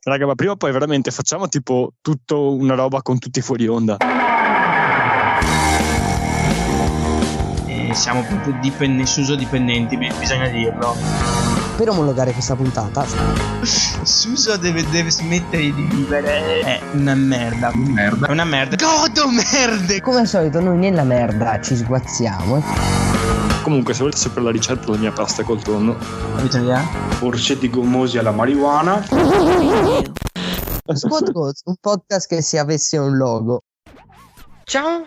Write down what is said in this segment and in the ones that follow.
Raga, ma prima o poi veramente facciamo tipo tutto una roba con tutti fuori onda. Siamo proprio Suso dipendenti, bisogna dirlo. Per omologare questa puntata, Suso deve smettere di vivere. È una merda. È una merda. Godo merde! come al solito, noi nella merda ci sguazziamo. Comunque, se volete sapere la ricetta della mia pasta col tonno, Avete un'idea? Orsetti gommosi alla marijuana. Squad Goals, un podcast che se avesse un logo. Ciao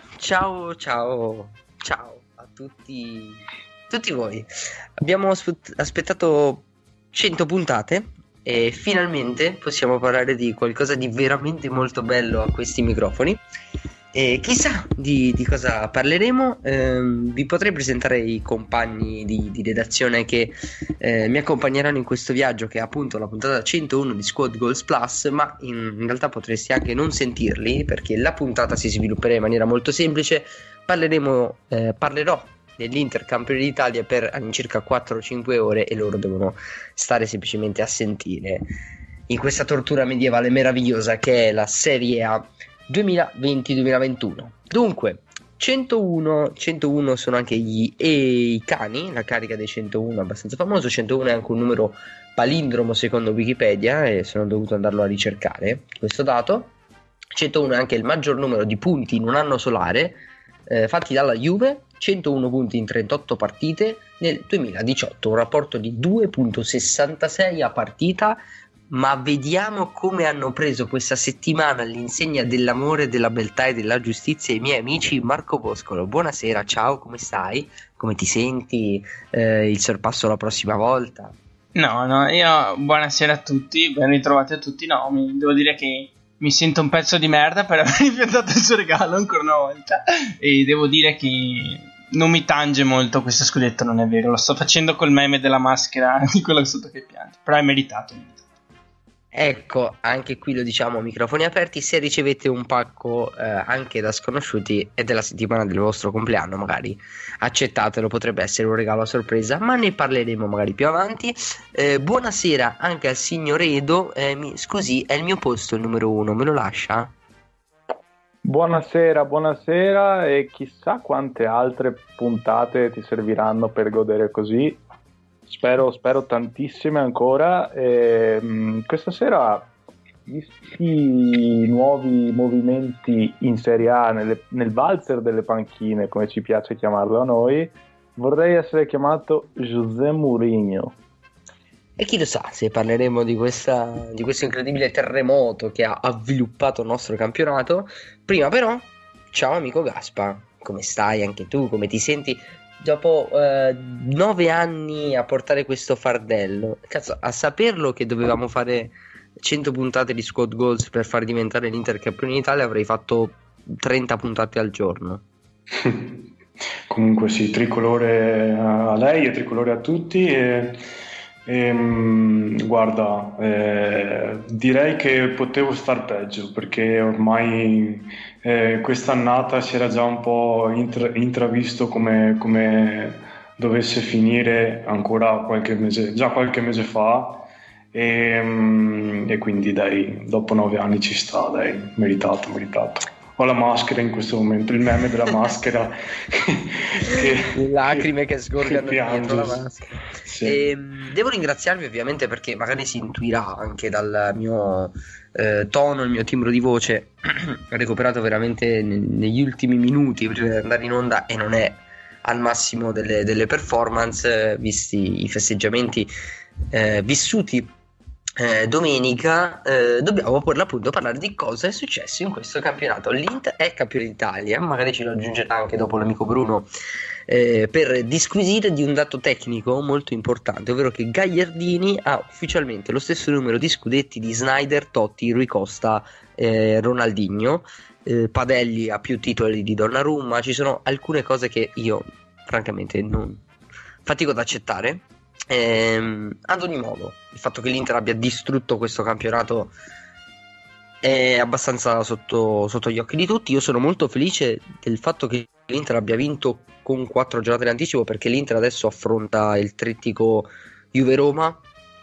a tutti voi. Abbiamo aspettato 100 puntate e finalmente possiamo parlare di qualcosa di veramente molto bello a questi microfoni. E chissà di cosa parleremo. Vi potrei presentare i compagni di redazione che mi accompagneranno in questo viaggio, che è appunto la puntata 101 di Squad Goals Plus, ma in realtà potresti anche non sentirli perché la puntata si svilupperà in maniera molto semplice. Parlerò dell'Inter campione d'Italia per all'incirca 4-5 ore e loro devono stare semplicemente a sentire in questa tortura medievale meravigliosa che è la Serie A 2020-2021. Dunque 101 sono anche i cani, la carica dei 101 è abbastanza famoso. 101 è anche un numero palindromo secondo Wikipedia e sono dovuto andarlo a ricercare questo dato. 101 è anche il maggior numero di punti in un anno solare fatti dalla Juve, 101 punti in 38 partite nel 2018, un rapporto di 2,66 a partita. Ma vediamo come hanno preso questa settimana all'insegna dell'amore, della beltà e della giustizia i miei amici. Marco Boscolo, buonasera, ciao, come stai? Come ti senti? Il sorpasso la prossima volta? No, io buonasera a tutti, ben ritrovati a tutti. No, devo dire che mi sento un pezzo di merda per aver rifiutato il suo regalo ancora una volta e devo dire che non mi tange molto questo scudetto, non è vero, lo sto facendo col meme della maschera di quello sotto che piange, però è meritato. Ecco, anche qui lo diciamo a microfoni aperti, se ricevete un pacco anche da sconosciuti e della settimana del vostro compleanno, magari accettatelo, potrebbe essere un regalo a sorpresa, ma ne parleremo magari più avanti. Buonasera anche al signor Edo, scusi, è il mio posto il numero 1, me lo lascia? Buonasera e chissà quante altre puntate ti serviranno per godere così. Spero tantissime ancora. Questa sera, visti i nuovi movimenti in Serie A nel valzer delle panchine, come ci piace chiamarlo a noi, vorrei essere chiamato José Mourinho. E chi lo sa se parleremo di questo incredibile terremoto che ha avviluppato il nostro campionato. Prima però, ciao amico Gaspa, come stai anche tu, come ti senti? Dopo 9 anni a portare questo fardello, cazzo, a saperlo che dovevamo fare 100 puntate di Squad Goals per far diventare l'Inter campione d'Italia, avrei fatto 30 puntate al giorno. Comunque sì, tricolore a lei e tricolore a tutti guarda, direi che potevo star peggio perché ormai quest'annata si era già un po' intravisto come dovesse finire ancora qualche mese fa e quindi dai, dopo 9 anni ci sta, dai, meritato. Ho la maschera in questo momento, il meme della maschera le lacrime che sgorgano dietro la maschera. Sì. Devo ringraziarvi ovviamente perché magari si intuirà anche dal mio tono, il mio timbro di voce recuperato veramente negli ultimi minuti prima di andare in onda e non è al massimo delle performance visti i festeggiamenti vissuti domenica. Dobbiamo per l'appunto parlare di cosa è successo in questo campionato. L'Inter è campione d'Italia, magari ce lo aggiungerà anche dopo l'amico Bruno per disquisire di un dato tecnico molto importante, ovvero che Gagliardini ha ufficialmente lo stesso numero di scudetti di Snyder, Totti, Rui Costa, Ronaldinho. Padelli ha più titoli di Donnarumma. Ci sono alcune cose che io francamente non fatico ad accettare. Ad ogni modo, il fatto che l'Inter abbia distrutto questo campionato è abbastanza sotto gli occhi di tutti. Io sono molto felice del fatto che l'Inter abbia vinto con 4 giornate in anticipo, perché l'Inter adesso affronta il trittico Juve-Roma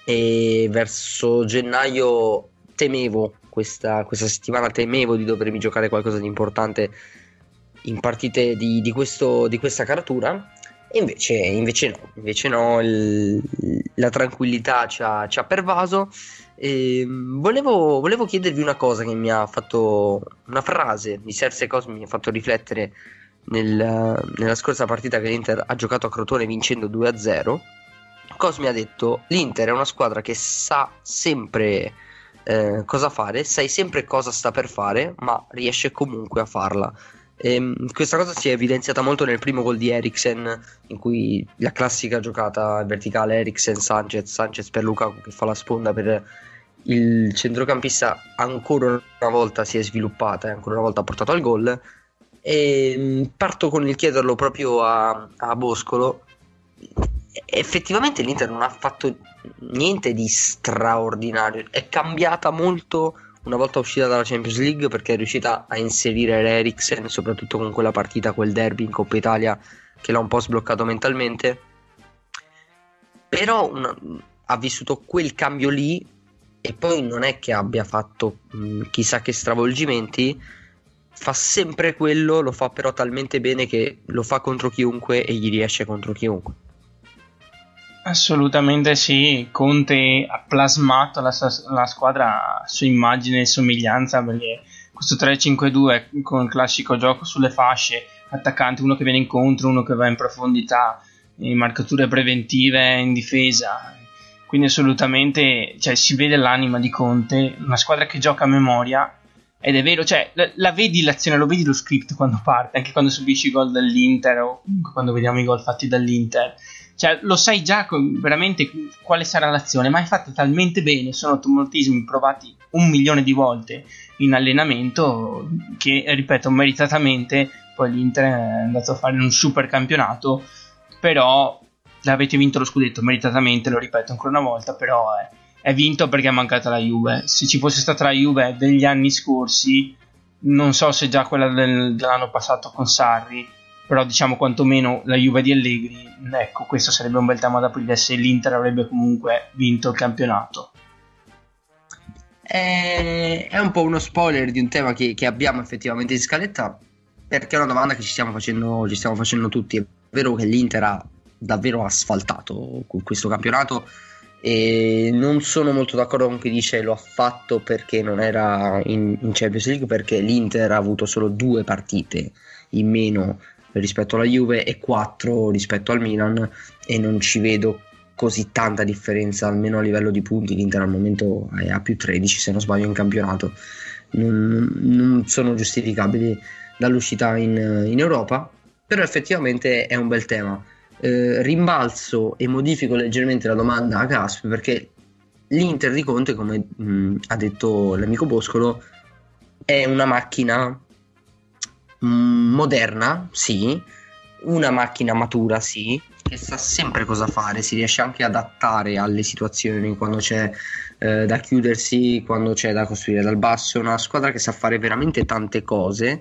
e verso gennaio temevo questa settimana di dovermi giocare qualcosa di importante in partite di questa caratura. E invece no, la tranquillità ci ha pervaso. Volevo chiedervi una cosa che mi ha fatto, una frase di Cersei Cosmi mi ha fatto riflettere nella scorsa partita che l'Inter ha giocato a Crotone vincendo 2-0. Cosmi ha detto: l'Inter è una squadra che sa sempre cosa fare, sai sempre cosa sta per fare, ma riesce comunque a farla. Questa cosa si è evidenziata molto nel primo gol di Eriksen, in cui la classica giocata verticale Eriksen-Sanchez per Lukaku che fa la sponda per il centrocampista, ancora una volta si è sviluppata e ancora una volta ha portato al gol. E parto con il chiederlo proprio a Boscolo. Effettivamente l'Inter non ha fatto niente di straordinario, è cambiata molto una volta uscita dalla Champions League, perché è riuscita a inserire Eriksen, soprattutto con quella partita, quel derby in Coppa Italia che l'ha un po' sbloccato mentalmente, però ha vissuto quel cambio lì e poi non è che abbia fatto chissà che stravolgimenti, fa sempre quello, lo fa però talmente bene che lo fa contro chiunque e gli riesce contro chiunque. Assolutamente sì, Conte ha plasmato la squadra a sua immagine e somiglianza, perché questo 3-5-2 con il classico gioco sulle fasce, attaccante, uno che viene incontro, uno che va in profondità, marcature preventive in difesa, quindi assolutamente, cioè, si vede l'anima di Conte, una squadra che gioca a memoria, ed è vero, cioè la vedi l'azione, lo vedi lo script quando parte, anche quando subisci i gol dall'Inter o comunque quando vediamo i gol fatti dall'Inter. Cioè, lo sai già veramente quale sarà l'azione, ma è fatta talmente bene, sono automatismi provati 1 milione di volte in allenamento che, ripeto, meritatamente poi l'Inter è andato a fare un super campionato, però l'avete vinto lo scudetto meritatamente, lo ripeto ancora una volta, però è vinto perché è mancata la Juve. Se ci fosse stata la Juve degli anni scorsi, non so se già quella dell'anno passato con Sarri, però diciamo quantomeno la Juve di Allegri, ecco, questo sarebbe un bel tema da aprire, se l'Inter avrebbe comunque vinto il campionato. È un po' uno spoiler di un tema che abbiamo effettivamente in scaletta, perché è una domanda che ci stiamo facendo tutti. È vero che l'Inter ha davvero asfaltato con questo campionato e non sono molto d'accordo con chi dice lo ha fatto perché non era in Champions League, perché l'Inter ha avuto solo 2 partite in meno rispetto alla Juve e 4 rispetto al Milan, e non ci vedo così tanta differenza, almeno a livello di punti. L'Inter al momento ha più 13 se non sbaglio in campionato, non sono giustificabili dall'uscita in Europa, però effettivamente è un bel tema. Rimbalzo e modifico leggermente la domanda a Gasp, perché l'Inter di Conte, come ha detto l'amico Boscolo, è una macchina moderna, sì, una macchina matura, sì, che sa sempre cosa fare, si riesce anche ad adattare alle situazioni quando c'è da chiudersi, quando c'è da costruire dal basso. È una squadra che sa fare veramente tante cose.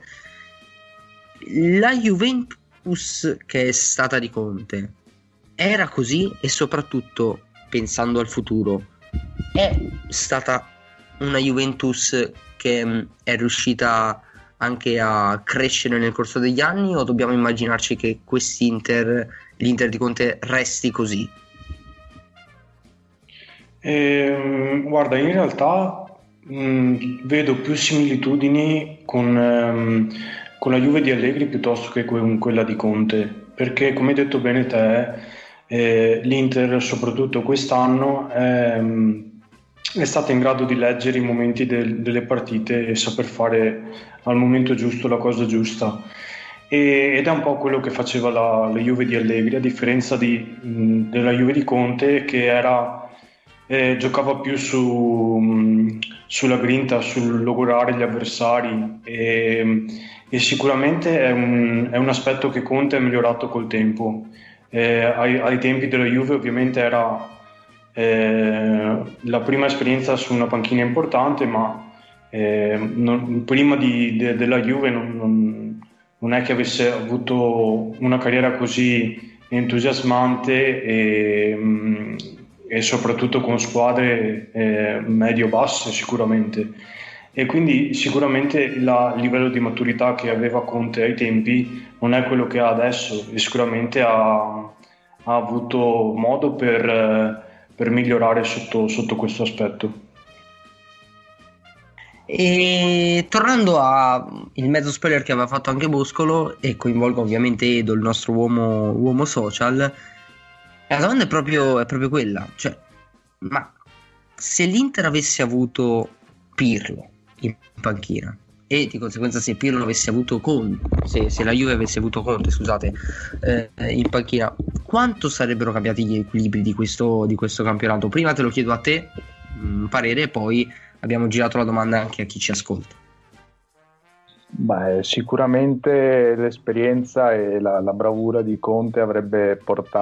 La Juventus che è stata di Conte era così, e soprattutto pensando al futuro è stata una Juventus che è riuscita anche a crescere nel corso degli anni, o dobbiamo immaginarci che l'Inter di Conte resti così? Guarda, in realtà vedo più similitudini con la Juve di Allegri piuttosto che con quella di Conte, perché come hai detto bene te, l'Inter soprattutto quest'anno è stata in grado di leggere i momenti delle partite e saper fare al momento giusto la cosa giusta, ed è un po' quello che faceva la Juve di Allegri, a differenza della Juve di Conte, che giocava più sulla grinta, sul logorare gli avversari, e sicuramente è un aspetto che Conte ha migliorato col tempo. Ai tempi della Juve ovviamente era la prima esperienza su una panchina importante, ma prima della Juve non è che avesse avuto una carriera così entusiasmante e e soprattutto con squadre medio-basse sicuramente. E quindi sicuramente il livello di maturità che aveva Conte ai tempi non è quello che ha adesso, e sicuramente ha avuto modo per migliorare sotto questo aspetto. E tornando al mezzo spoiler che aveva fatto anche Boscolo, e coinvolgo ovviamente Edo, il nostro uomo social, la domanda è proprio quella, cioè, ma se l'Inter avesse avuto Pirlo in panchina, e di conseguenza se Pirlo avesse avuto Conte, se la Juve avesse avuto Conte, scusate, in panchina, quanto sarebbero cambiati gli equilibri di questo campionato? Prima te lo chiedo a te, parere, e poi abbiamo girato la domanda anche a chi ci ascolta. Beh, sicuramente l'esperienza e la bravura di Conte avrebbe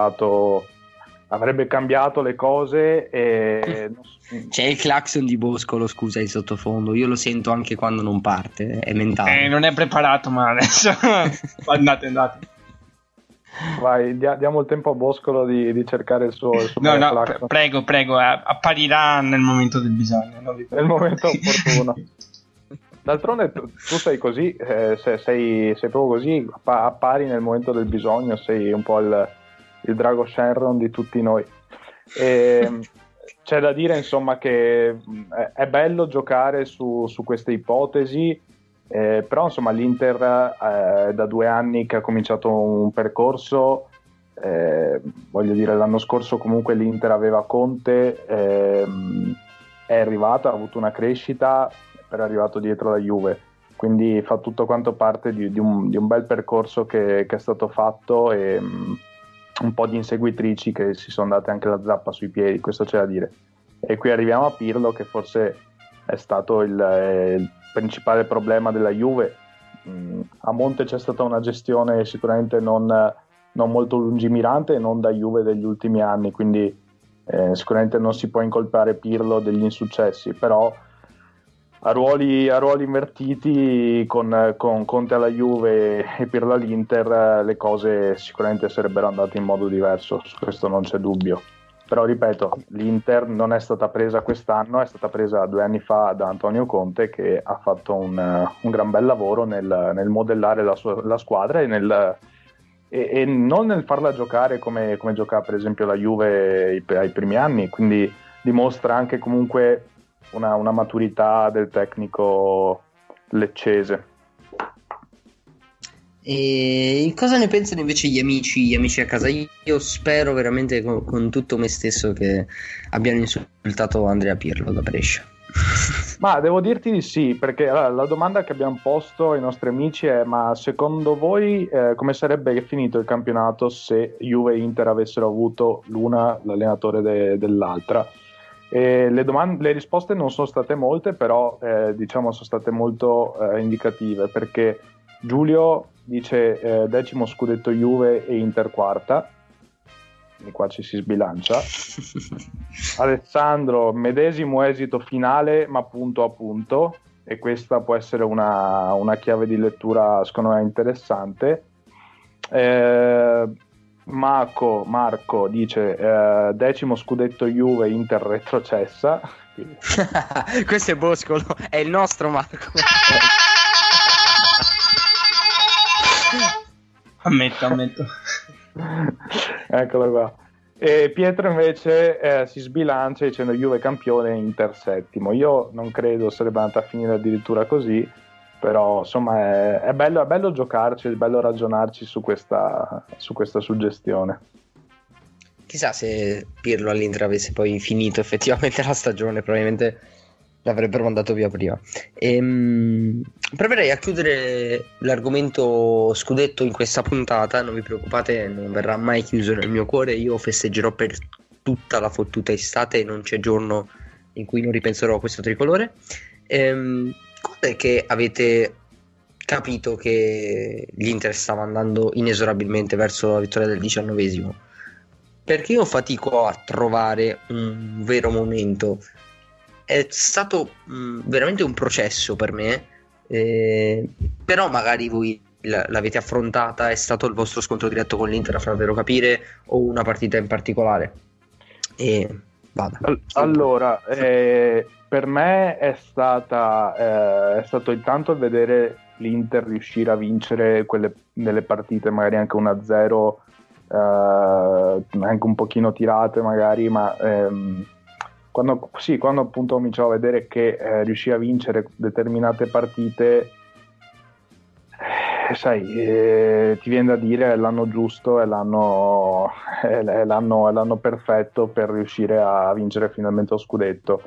cambiato le cose. C'è il clacson di Boscolo, scusa, in sottofondo, io lo sento anche quando non parte, è mentale. Non è preparato, ma adesso andate. Vai, diamo il tempo a Boscolo di cercare il suo no, prego, apparirà nel momento del bisogno, nel momento opportuno. D'altronde tu sei così, sei proprio così, appari nel momento del bisogno, sei un po' il Drago Shenron di tutti noi. E c'è da dire insomma che è bello giocare su queste ipotesi. Però insomma l'Inter da 2 anni che ha cominciato un percorso, voglio dire, l'anno scorso comunque l'Inter aveva Conte, è arrivato, ha avuto una crescita, è arrivato dietro la Juve, quindi fa tutto quanto parte di un bel percorso che è stato fatto, e un po' di inseguitrici che si sono date anche la zappa sui piedi, questo c'è da dire. E qui arriviamo a Pirlo, che forse è stato il principale problema della Juve. A monte c'è stata una gestione sicuramente non molto lungimirante, non da Juve degli ultimi anni, quindi sicuramente non si può incolpare Pirlo degli insuccessi, però a ruoli invertiti con Conte alla Juve e Pirlo all'Inter le cose sicuramente sarebbero andate in modo diverso, su questo non c'è dubbio. Però ripeto, l'Inter non è stata presa quest'anno, è stata presa 2 anni fa da Antonio Conte, che ha fatto un gran bel lavoro nel modellare la squadra e non nel farla giocare come giocava per esempio la Juve ai primi anni, quindi dimostra anche comunque una maturità del tecnico leccese. E cosa ne pensano invece gli amici a casa? Io spero veramente con tutto me stesso che abbiano insultato Andrea Pirlo da Brescia. Ma devo dirti di sì, perché la domanda che abbiamo posto ai nostri amici è: ma secondo voi come sarebbe finito il campionato se Juve e Inter avessero avuto l'una l'allenatore dell'altra? E le risposte non sono state molte, però diciamo sono state molto indicative, perché Giulio dice 10° scudetto Juve e Inter quarta, quindi qua ci si sbilancia. Alessandro, medesimo esito finale ma punto a punto, e questa può essere una chiave di lettura secondo me interessante. Marco dice 10° scudetto Juve, Inter retrocessa. Questo è Boscolo, è il nostro Marco. Ammetto. Eccolo qua. E Pietro invece si sbilancia dicendo Juve campione, Inter settimo. Io non credo sarebbe andata a finire addirittura così, però insomma è bello giocarci, è bello ragionarci su questa suggestione. Chissà se Pirlo all'Inter avesse poi finito effettivamente la stagione, probabilmente l'avrebbero mandato via prima. Proverei a chiudere l'argomento scudetto in questa puntata. Non vi preoccupate, non verrà mai chiuso nel mio cuore. Io festeggerò per tutta la fottuta estate e non c'è giorno in cui non ripenserò a questo tricolore. Quando è che avete capito che l'Inter stava andando inesorabilmente verso la vittoria del 19esimo? Perché io fatico a trovare un vero momento. È stato veramente un processo per me, però magari voi l'avete affrontata, è stato il vostro scontro diretto con l'Inter a farvelo capire, o una partita in particolare? E Vada. Allora, per me è stato intanto vedere l'Inter riuscire a vincere nelle partite magari anche 1-0, anche un pochino tirate magari, ma quando appunto cominciavo a vedere che riusciva a vincere determinate partite, sai, ti viene da dire è l'anno giusto, è l'anno perfetto per riuscire a vincere finalmente lo scudetto.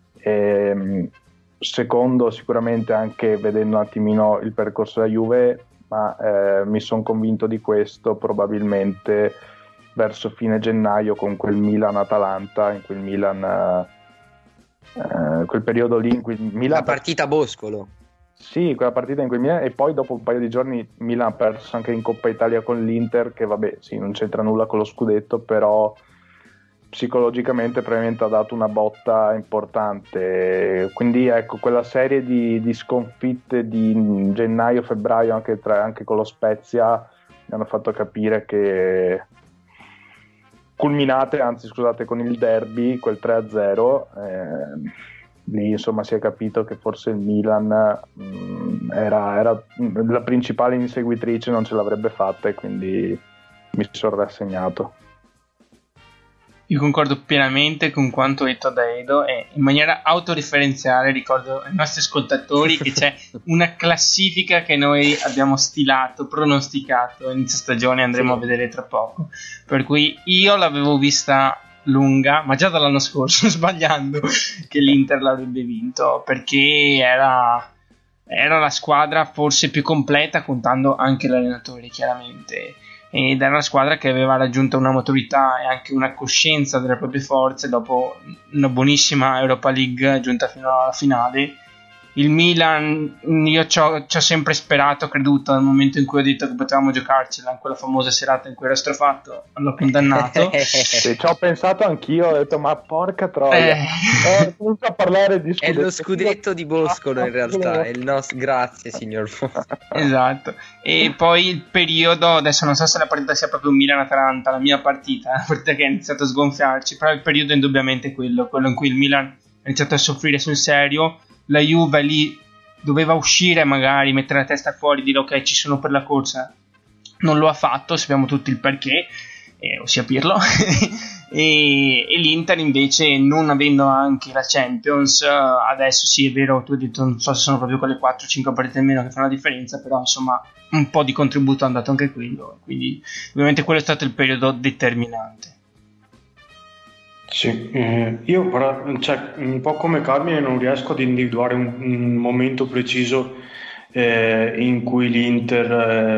Secondo, sicuramente anche vedendo un attimino il percorso della Juve, ma mi sono convinto di questo probabilmente verso fine gennaio con quel Milan-Atalanta, in quel Milan, quel periodo lì in cui il Milan... La partita a Boscolo. Sì, quella partita in cui Milan, e poi dopo un paio di giorni Milan ha perso anche in Coppa Italia con l'Inter, che vabbè, sì, non c'entra nulla con lo scudetto, però psicologicamente probabilmente ha dato una botta importante. Quindi ecco, quella serie di sconfitte di gennaio-febbraio anche con lo Spezia mi hanno fatto capire che culminate, anzi scusate, con il derby, quel 3-0, lì insomma si è capito che forse il Milan era la principale inseguitrice, non ce l'avrebbe fatta, e quindi mi sono rassegnato. Io concordo pienamente con quanto detto da Edo, e in maniera autoreferenziale ricordo ai nostri ascoltatori che c'è una classifica che noi abbiamo stilato, pronosticato inizio stagione, andremo a vedere tra poco, per cui io l'avevo vista lunga, ma già dall'anno scorso, sbagliando, che l'Inter l'avrebbe vinto, perché era la squadra forse più completa, contando anche l'allenatore chiaramente, ed era una squadra che aveva raggiunto una maturità e anche una coscienza delle proprie forze dopo una buonissima Europa League giunta fino alla finale. Il Milan, io ci ho sempre sperato, creduto, nel momento in cui ho detto che potevamo giocarcela, in quella famosa serata in cui era strafatto, l'ho condannato. Ci ho pensato anch'io, ho detto ma porca troia, comincio a parlare di scudetto. È lo scudetto di Boscolo in realtà, è il nostro... Grazie signor. Esatto. E poi il periodo, adesso non so se la partita sia proprio Milan-Atalanta, la mia partita, la partita che ha iniziato a sgonfiarci, però il periodo è indubbiamente quello in cui il Milan ha iniziato a soffrire sul serio. La Juve lì doveva uscire, magari mettere la testa fuori, dire ok, ci sono per la corsa, non lo ha fatto, sappiamo tutti il perché, ossia Pirlo. e l'Inter invece, non avendo anche la Champions, adesso sì è vero, tu hai detto non so se sono proprio quelle 4-5 partite in meno che fanno la differenza, però insomma un po' di contributo è andato anche quello, quindi ovviamente quello è stato il periodo determinante. Sì, io però, cioè, un po' come Carmine non riesco ad individuare un momento preciso in cui l'Inter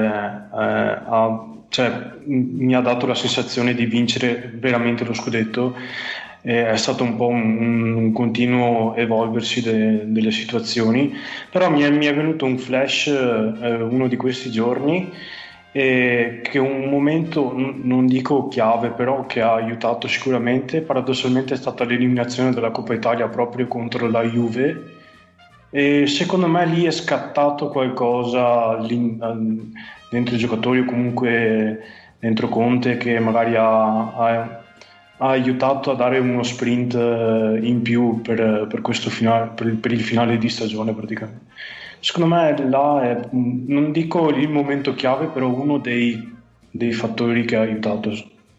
mi ha dato la sensazione di vincere veramente lo scudetto. È stato un po' un continuo evolversi delle situazioni, però mi è venuto un flash uno di questi giorni, che un momento, non dico chiave, però che ha aiutato sicuramente, paradossalmente, è stata l'eliminazione della Coppa Italia proprio contro la Juve, e secondo me lì è scattato qualcosa dentro i giocatori, o comunque dentro Conte, che magari ha aiutato a dare uno sprint in più per questo finale, per il finale di stagione praticamente. Secondo me là è, non dico il momento chiave, però uno dei fattori che ha aiutato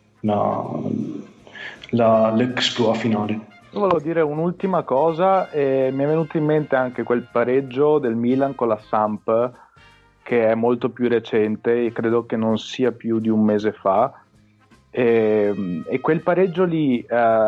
l'exploit finale. Io volevo dire un'ultima cosa, mi è venuto in mente anche quel pareggio del Milan con la Samp, che è molto più recente e credo che non sia più di un mese fa, e quel pareggio lì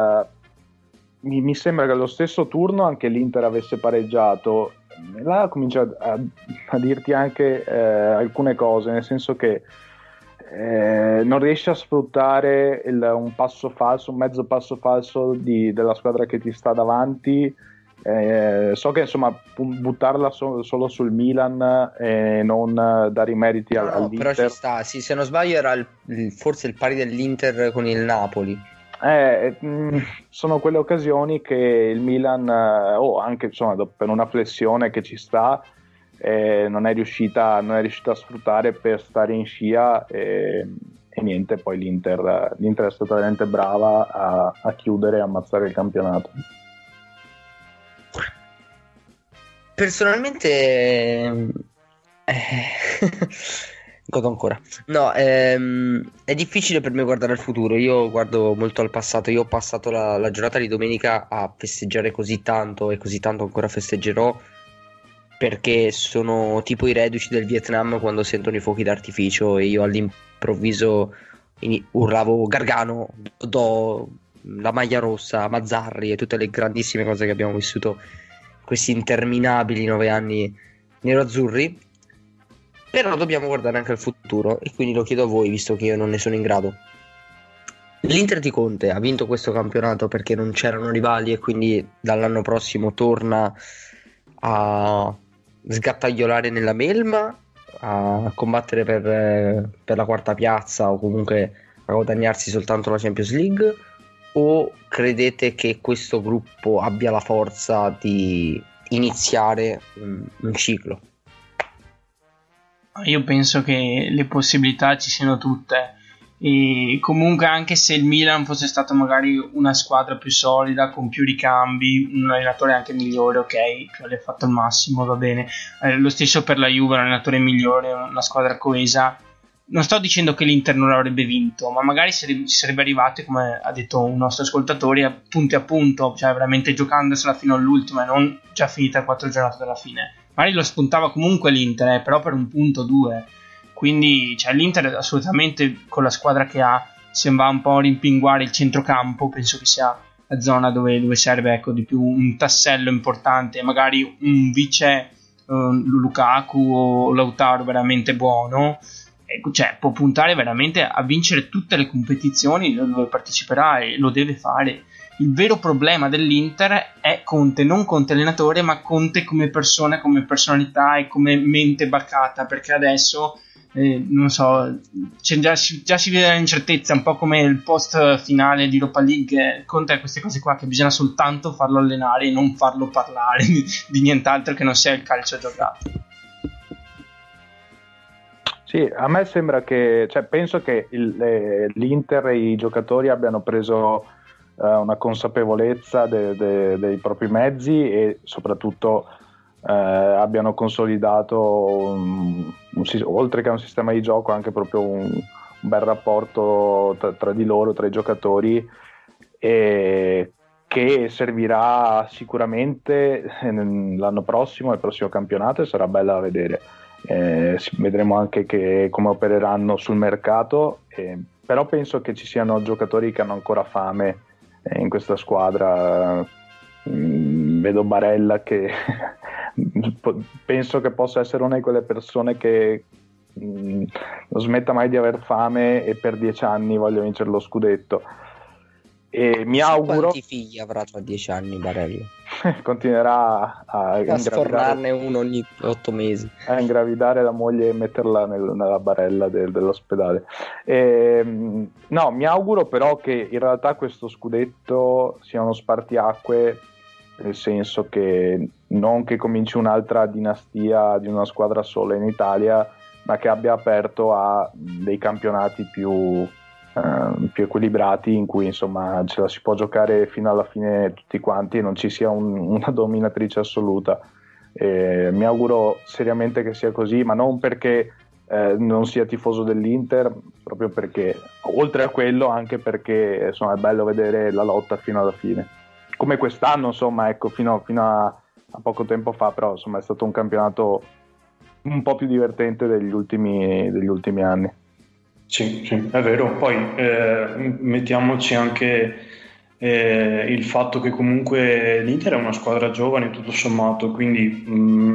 mi sembra che allo stesso turno anche l'Inter avesse pareggiato. Là comincia a dirti anche alcune cose, nel senso che non riesci a sfruttare un passo falso, un mezzo passo falso della squadra che ti sta davanti. So che insomma buttarla solo sul Milan e non dare i meriti all'Inter. Però ci sta, sì, se non sbaglio era forse il pari dell'Inter con il Napoli. Sono quelle occasioni che il Milan, anche insomma, per una flessione che ci sta, non è riuscita a sfruttare per stare in scia, e niente, poi l'Inter è stata veramente brava a chiudere e ammazzare il campionato. Personalmente godo ancora. No, è difficile per me guardare al futuro. Io guardo molto al passato. Io ho passato la giornata di domenica a festeggiare così tanto e così tanto ancora festeggerò, perché sono tipo i reduci del Vietnam quando sentono i fuochi d'artificio e io all'improvviso urlavo Gargano, Dodò, la maglia rossa, Mazzarri e tutte le grandissime cose che abbiamo vissuto questi interminabili 9 anni nero-azzurri. Però dobbiamo guardare anche al futuro e quindi lo chiedo a voi, visto che io non ne sono in grado. L'Inter di Conte ha vinto questo campionato perché non c'erano rivali e quindi dall'anno prossimo torna a sgattaiolare nella melma, a combattere per la quarta piazza o comunque a guadagnarsi soltanto la Champions League, o credete che questo gruppo abbia la forza di iniziare un ciclo? Io penso che le possibilità ci siano tutte, e comunque anche se il Milan fosse stato magari una squadra più solida con più ricambi, un allenatore anche migliore, ok, che ha fatto il massimo, va bene, lo stesso per la Juve, un allenatore migliore, una squadra coesa, non sto dicendo che l'Inter non avrebbe vinto, ma magari ci sarebbe arrivati, come ha detto un nostro ascoltatore, a punto, cioè veramente giocandosela fino all'ultimo e non già finita a 4 giornate dalla fine. Magari lo spuntava comunque l'Inter, però per un punto o due. Quindi cioè, l'Inter assolutamente con la squadra che ha sembra un po' rimpinguare il centrocampo. Penso che sia la zona dove serve, ecco, di più un tassello importante, magari un vice Lukaku o Lautaro veramente buono. Ecco, cioè, può puntare veramente a vincere tutte le competizioni dove parteciperà e lo deve fare. Il vero problema dell'Inter è Conte, non Conte allenatore, ma Conte come persona, come personalità e come mente bacata, perché adesso non so, già si vede l'incertezza, un po' come il post finale di Europa League. Conte ha queste cose qua che bisogna soltanto farlo allenare e non farlo parlare di nient'altro che non sia il calcio giocato. Sì, a me sembra che, cioè, penso che l'Inter e i giocatori abbiano preso una consapevolezza dei propri mezzi e soprattutto abbiano consolidato oltre che un sistema di gioco anche proprio un bel rapporto tra di loro, tra i giocatori, e che servirà sicuramente l'anno prossimo, il prossimo campionato, e sarà bella da vedere. Vedremo anche come opereranno sul mercato, però penso che ci siano giocatori che hanno ancora fame in questa squadra. Vedo Barella che penso che possa essere una di quelle persone che non smetta mai di aver fame e per 10 anni voglia vincere lo scudetto, e mi auguro. Quanti figli avrà tra 10 anni Barella? Continuerà a sfornarne uno ogni 8 mesi, a ingravidare la moglie e metterla nella barella dell'ospedale. No, mi auguro però che in realtà questo scudetto sia uno spartiacque, nel senso che non che cominci un'altra dinastia di una squadra sola in Italia, ma che abbia aperto a dei campionati più equilibrati, in cui insomma ce la si può giocare fino alla fine tutti quanti e non ci sia una dominatrice assoluta. Mi auguro seriamente che sia così, ma non perché non sia tifoso dell'Inter, proprio perché, oltre a quello, anche perché insomma è bello vedere la lotta fino alla fine, come quest'anno, insomma, ecco, fino a poco tempo fa, però insomma è stato un campionato un po' più divertente degli ultimi anni. Sì, è vero. Poi mettiamoci anche il fatto che comunque l'Inter è una squadra giovane tutto sommato, quindi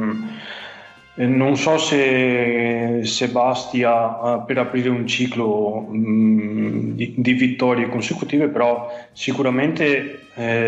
non so se basti per aprire un ciclo di vittorie consecutive, però sicuramente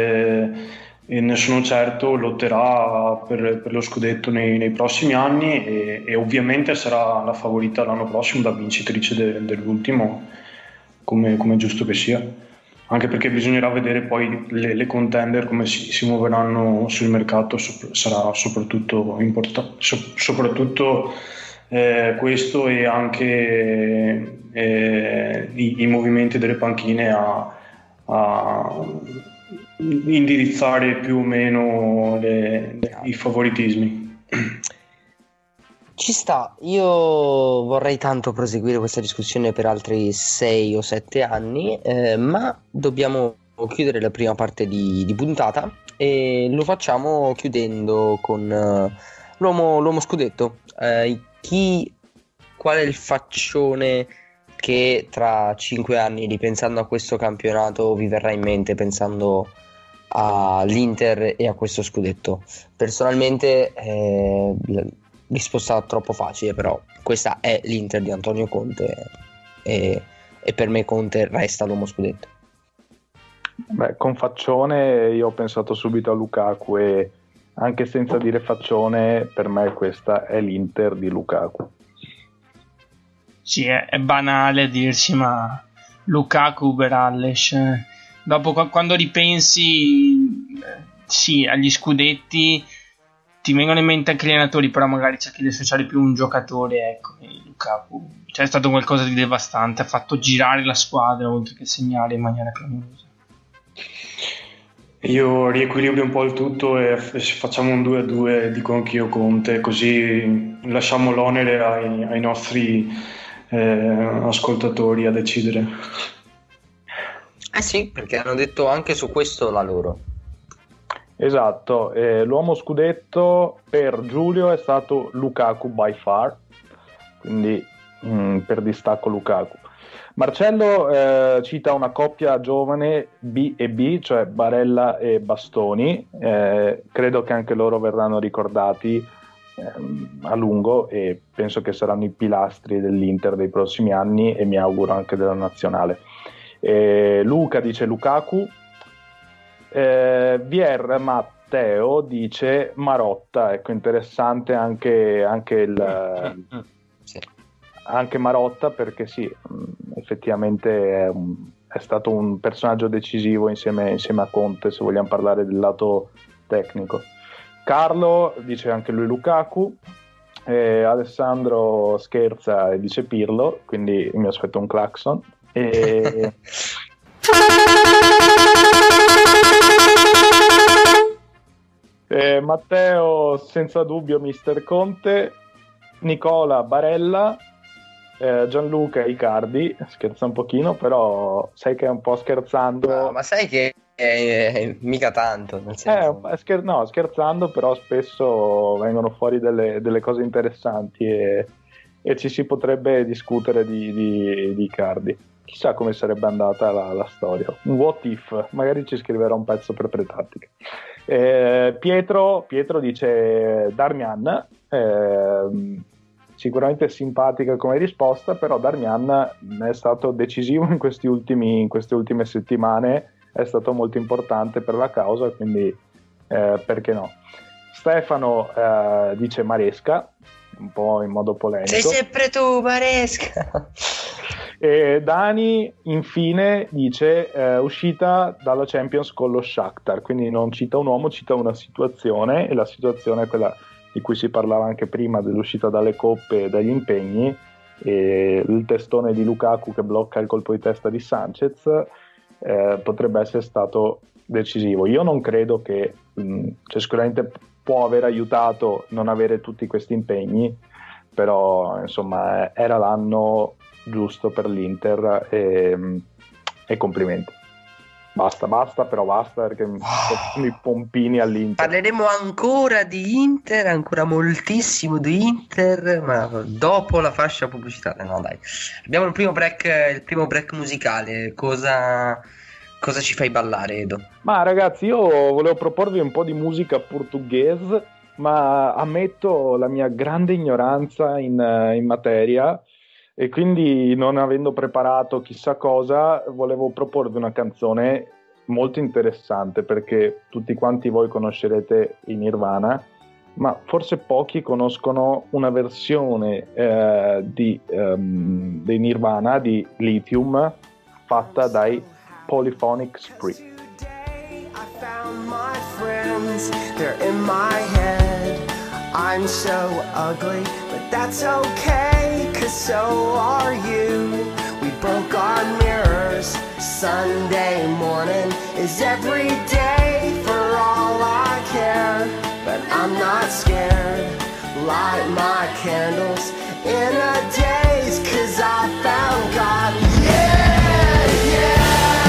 ne sono certo lotterà per lo scudetto nei prossimi anni, e ovviamente sarà la favorita l'anno prossimo da vincitrice dell'ultimo, come giusto che sia, anche perché bisognerà vedere poi le contender come si muoveranno sul mercato. Sarà soprattutto questo e anche i movimenti delle panchine a indirizzare più o meno i favoritismi. Ci sta, io vorrei tanto proseguire questa discussione per altri 6 o 7 anni, ma dobbiamo chiudere la prima parte di puntata e lo facciamo chiudendo con l'uomo scudetto. Qual è il faccione che tra 5 anni, ripensando a questo campionato, vi verrà in mente pensando all'Inter e a questo scudetto? Personalmente risposta troppo facile, però questa è l'Inter di Antonio Conte e per me Conte resta l'uomo scudetto. Beh, con faccione io ho pensato subito a Lukaku e anche senza dire faccione, per me questa è l'Inter di Lukaku. Sì, è banale dirsi, ma Lukaku, Beralles, dopo quando ripensi sì, agli scudetti ti vengono in mente anche gli allenatori, però magari cerchi di associare più un giocatore, ecco, e Lukaku, cioè è stato qualcosa di devastante, ha fatto girare la squadra oltre che segnare in maniera clamorosa. Io riequilibrio un po' il tutto e facciamo un 2-2, dico anch'io Conte, così lasciamo l'onere ai nostri ascoltatori a decidere. Sì, perché hanno detto anche su questo la loro. Esatto, l'uomo scudetto per Giulio è stato Lukaku by far, quindi per distacco Lukaku. Marcello cita una coppia giovane B e B, cioè Barella e Bastoni, credo che anche loro verranno ricordati a lungo e penso che saranno i pilastri dell'Inter dei prossimi anni e mi auguro anche della nazionale. Luca dice Lukaku, Vier Matteo dice Marotta, ecco, interessante anche Sì. anche Marotta, perché sì, effettivamente è stato un personaggio decisivo insieme a Conte, se vogliamo parlare del lato tecnico. Carlo dice anche lui Lukaku, Alessandro scherza e dice Pirlo, quindi mi aspetto un clacson. Matteo senza dubbio Mister Conte, Nicola Barella, Gianluca Icardi, scherza un pochino, però sai che è un po' scherzando. Ma sai che mica tanto, nel senso... no, scherzando, però spesso vengono fuori delle cose interessanti e ci si potrebbe discutere di Icardi. Chissà come sarebbe andata la storia. Un what if, magari ci scriverà un pezzo per Pretattica. Pietro dice Darmian, sicuramente simpatica come risposta, però Darmian è stato decisivo in queste ultime settimane, è stato molto importante per la causa, quindi perché no. Stefano dice Maresca, un po' in modo polemico. Sei sempre tu, Maresca! E Dani infine dice uscita dalla Champions con lo Shakhtar, quindi non cita un uomo, cita una situazione, e la situazione è quella di cui si parlava anche prima, dell'uscita dalle coppe e dagli impegni, e il testone di Lukaku che blocca il colpo di testa di Sanchez potrebbe essere stato decisivo. Io non credo che sicuramente può aver aiutato non avere tutti questi impegni, però insomma era l'anno giusto per l'Inter e complimenti. Basta perché sono i pompini all'Inter. Parleremo ancora di Inter, ancora moltissimo di Inter, ma dopo la fascia pubblicitaria. No, dai. Abbiamo il primo break musicale. Cosa ci fai ballare, Edo? Ma ragazzi, io volevo proporvi un po' di musica portoghese, ma ammetto la mia grande ignoranza in materia, e quindi non avendo preparato chissà cosa volevo proporvi una canzone molto interessante, perché tutti quanti voi conoscerete i Nirvana, ma forse pochi conoscono una versione dei Nirvana di Lithium fatta dai Polyphonic Spree. I found my friends, they're in my head. I'm so ugly, but that's okay, 'cause so are you. We broke our mirrors. Sunday morning is every day for all I care, but I'm not scared. Light my candles in a daze, 'cause I found God. Yeah, yeah.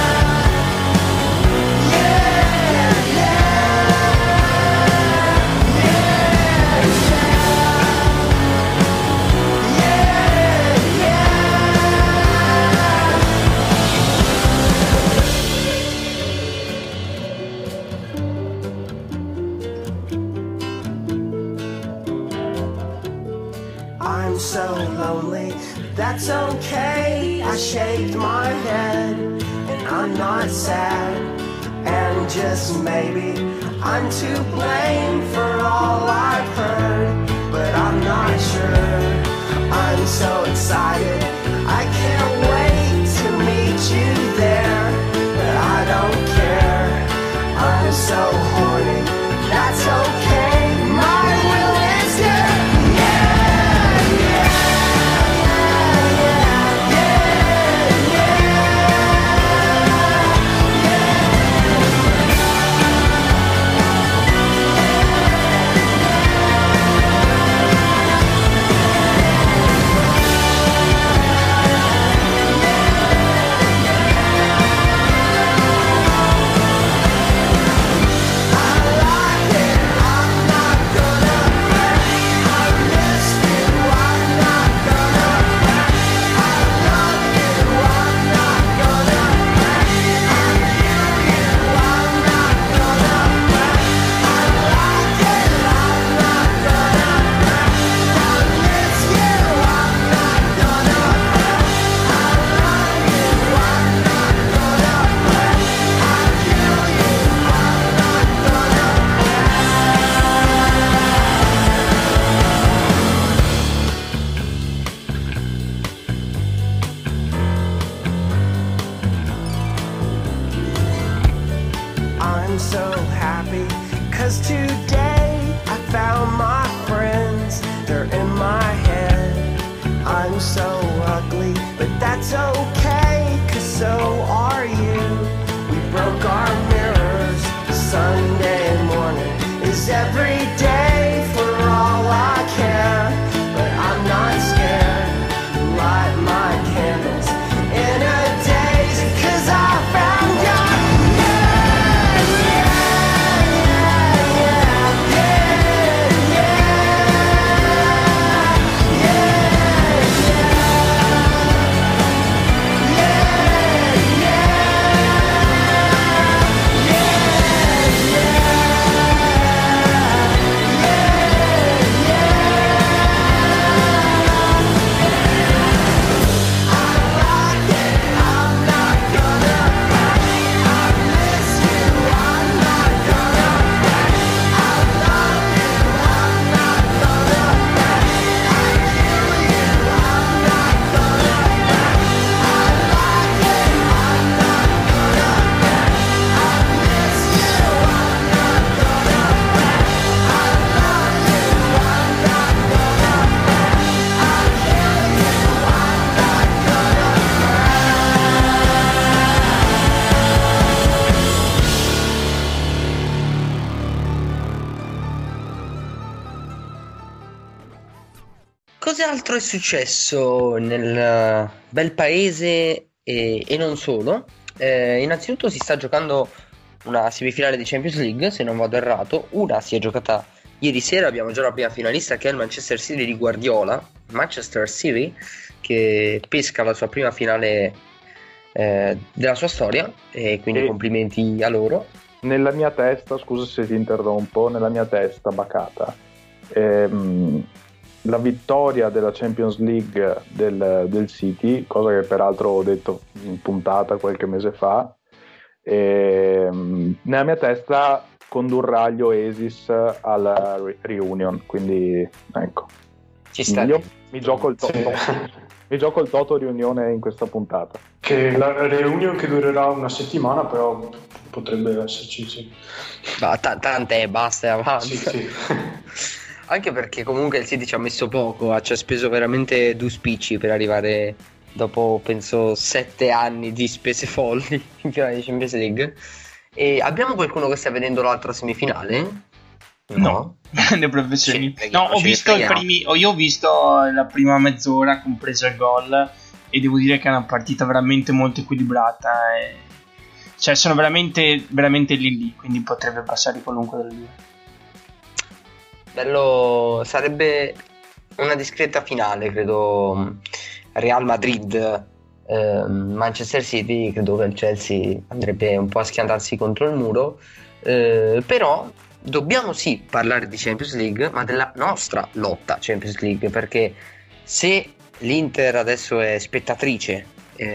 I'm so lonely, that's okay. I shaved my head and I'm not sad. And just maybe I'm to blame for all I've heard, but I'm not sure. I'm so excited, I can't wait to meet you there, but I don't care. I'm so horny, that's okay. My will is here. I'm so happy, 'cause today I found my friends, they're in my head. I'm so ugly, but that's okay, 'cause so are you. We broke our mirrors. Sunday morning is every day for all I care, but I'm not scared. Light my candles in a daze, 'cause I found God. Cos'altro è successo nel bel paese e non solo? Innanzitutto si sta giocando una semifinale di Champions League, se non vado errato. Una si è giocata ieri sera, abbiamo già la prima finalista che è il Manchester City di Guardiola, Manchester City, che pesca la sua prima finale della sua storia, e quindi complimenti a loro. Nella mia testa, scusa se ti interrompo, nella mia testa bacata, la vittoria della Champions League del City, cosa che peraltro ho detto in puntata qualche mese fa, nella mia testa condurrà gli Oasis alla reunion, quindi ecco, Ci sta. mi gioco il toto. Mi gioco il toto riunione in questa puntata. Che la reunion che durerà una settimana, però potrebbe esserci, sì. Tant'è, basta e avanti. Sì. Anche perché comunque il City ci ha messo poco, ci ha speso veramente due spicci per arrivare dopo penso 7 anni di spese folli in finale di Champions League. E abbiamo qualcuno che sta vedendo l'altra semifinale? No, grande professioni. Sì, No, ho visto io ho visto la prima mezz'ora, compreso il gol, e devo dire che è una partita veramente molto equilibrata. Cioè, sono veramente, veramente lì, quindi potrebbe passare qualunque delle due. Bello, sarebbe una discreta finale, credo. Real Madrid, Manchester City, credo che il Chelsea andrebbe un po' a schiantarsi contro il muro, però dobbiamo sì parlare di Champions League, ma della nostra lotta Champions League, perché se l'Inter adesso è spettatrice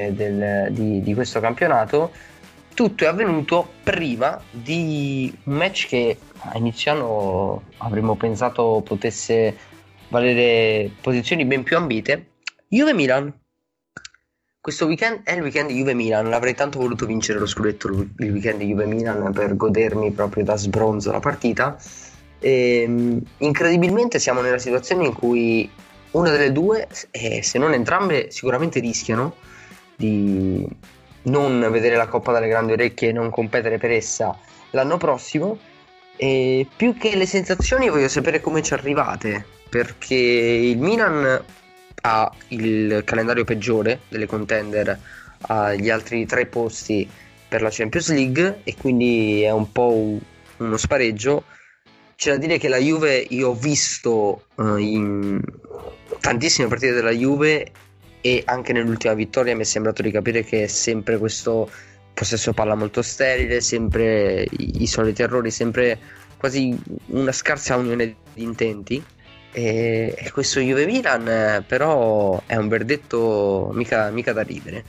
di questo campionato, tutto è avvenuto prima di un match che a inizio anno avremmo pensato potesse valere posizioni ben più ambite. Juve-Milan. Questo weekend è il weekend di Juve-Milan. L'avrei tanto voluto vincere lo scudetto il weekend di Juve-Milan per godermi proprio da sbronzo la partita. Incredibilmente siamo nella situazione in cui una delle due, se non entrambe, sicuramente rischiano di non vedere la Coppa dalle grandi orecchie e non competere per essa l'anno prossimo. E più che le sensazioni voglio sapere come ci arrivate, perché il Milan ha il calendario peggiore delle contender agli altri 3 posti per la Champions League, e quindi è un po' uno spareggio. C'è da dire che la Juve, io ho visto in tantissime partite della Juve, e anche nell'ultima vittoria mi è sembrato di capire che è sempre questo possesso palla molto sterile, sempre i soliti errori, sempre quasi una scarsa unione di intenti. E questo Juve-Milan però è un verdetto mica da ridere.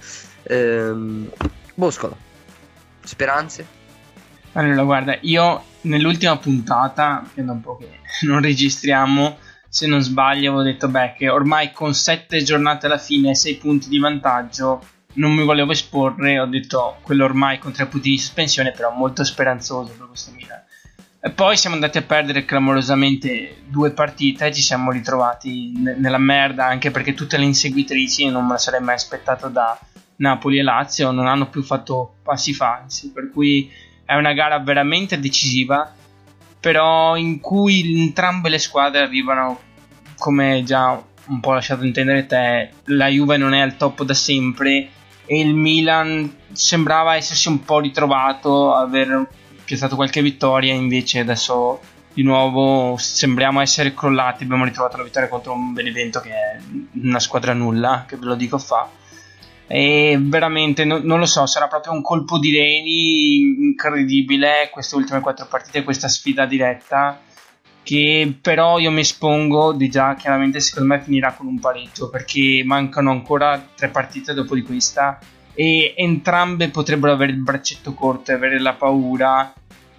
Boscolo, speranze? Allora, guarda, io nell'ultima puntata, che da un po' che non registriamo, se non sbaglio avevo detto che ormai con 7 giornate alla fine e 6 punti di vantaggio non mi volevo esporre. Ho detto quello ormai con 3 punti di sospensione, però molto speranzoso per questo Milan. E poi siamo andati a perdere clamorosamente 2 partite e ci siamo ritrovati nella merda, anche perché tutte le inseguitrici, non me la sarei mai aspettato da Napoli e Lazio, non hanno più fatto passi falsi, per cui è una gara veramente decisiva, però in cui entrambe le squadre arrivano, come già un po' lasciato intendere te, la Juve non è al top da sempre e il Milan sembrava essersi un po' ritrovato, aver piazzato qualche vittoria, invece adesso di nuovo sembriamo essere crollati. Abbiamo ritrovato la vittoria contro un Benevento che è una squadra nulla, che ve lo dico fa, e veramente non lo so, sarà proprio un colpo di reni incredibile queste ultime 4 partite, questa sfida diretta, che però io mi espongo di già, chiaramente secondo me finirà con un pareggio, perché mancano ancora 3 partite dopo di questa e entrambe potrebbero avere il braccetto corto e avere la paura,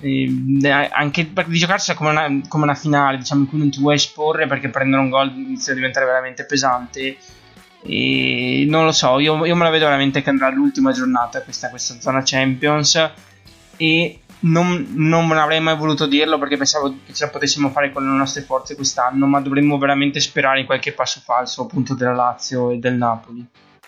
anche di giocarsela come una finale, diciamo, in cui non ti vuoi esporre, perché prendere un gol inizia a diventare veramente pesante. E non lo so, io me la vedo veramente che andrà all'ultima giornata questa zona Champions, e non me l'avrei mai voluto dirlo perché pensavo che ce la potessimo fare con le nostre forze quest'anno, ma dovremmo veramente sperare in qualche passo falso appunto della Lazio e del Napoli.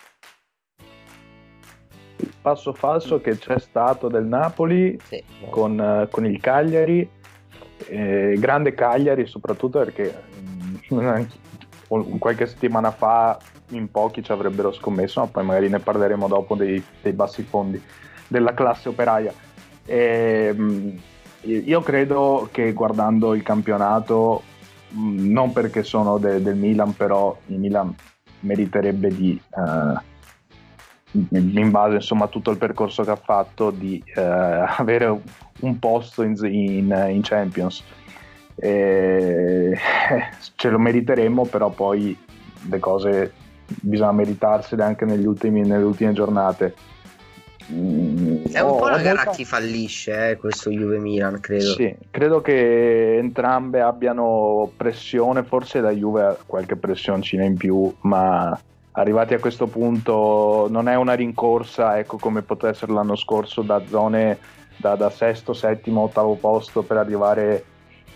Il passo falso che c'è stato del Napoli, sì, con il Cagliari, grande Cagliari soprattutto, perché qualche settimana fa in pochi ci avrebbero scommesso, ma poi magari ne parleremo dopo dei bassi fondi della classe operaia. Io credo che, guardando il campionato, non perché sono del Milan, però il Milan meriterebbe di in base insomma a tutto il percorso che ha fatto di avere un posto in Champions. Ce lo meriteremmo, però poi le cose bisogna meritarsele anche nelle ultime giornate. È un po' la gara a chi fallisce, questo Juve-Milan, credo. Sì, credo che entrambe abbiano pressione, forse la Juve ha qualche pressioncina in più, ma arrivati a questo punto non è una rincorsa, ecco, come poteva essere l'anno scorso, da zone da sesto, settimo, ottavo posto per arrivare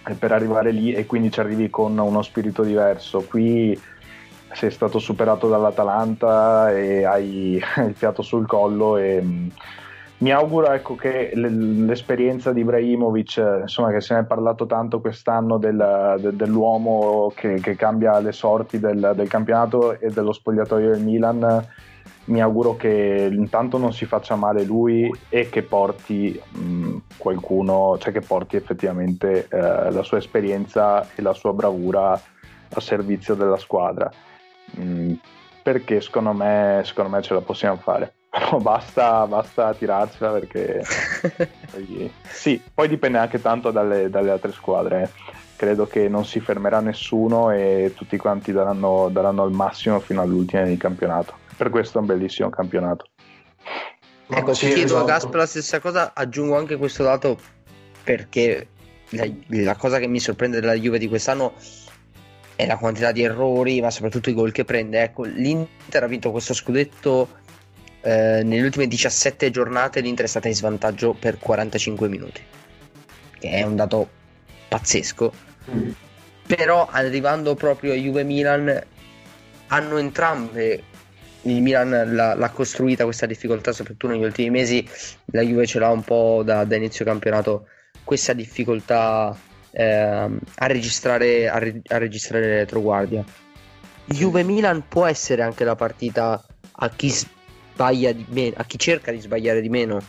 per arrivare lì, e quindi ci arrivi con uno spirito diverso. Qui sei stato superato dall'Atalanta e hai il fiato sul collo, e mi auguro, ecco, che l'esperienza di Ibrahimovic, insomma, che se ne è parlato tanto quest'anno dell'uomo che cambia le sorti del campionato e dello spogliatoio del Milan, mi auguro che intanto non si faccia male lui e che porti qualcuno, cioè che porti effettivamente la sua esperienza e la sua bravura a servizio della squadra, perché secondo me ce la possiamo fare. Però basta tirarcela, perché sì, poi dipende anche tanto dalle altre squadre. Credo che non si fermerà nessuno e tutti quanti daranno il massimo fino all'ultimo di campionato. Per questo è un bellissimo campionato. Ecco, Sì, ti chiedo a esatto. Gasp la stessa cosa, aggiungo anche questo dato, perché la cosa che mi sorprende della Juve di quest'anno è la quantità di errori, ma soprattutto i gol che prende. Ecco, l'Inter ha vinto questo scudetto nelle ultime 17 giornate, l'Inter è stata in svantaggio per 45 minuti, che è un dato pazzesco. Però arrivando proprio a Juve-Milan, hanno entrambe, il Milan l'ha costruita questa difficoltà, soprattutto negli ultimi mesi. La Juve ce l'ha un po' da inizio campionato, questa difficoltà a registrare le retroguardia. Juve-Milan può essere anche la partita a chi sbaglia di meno, a chi cerca di sbagliare di meno.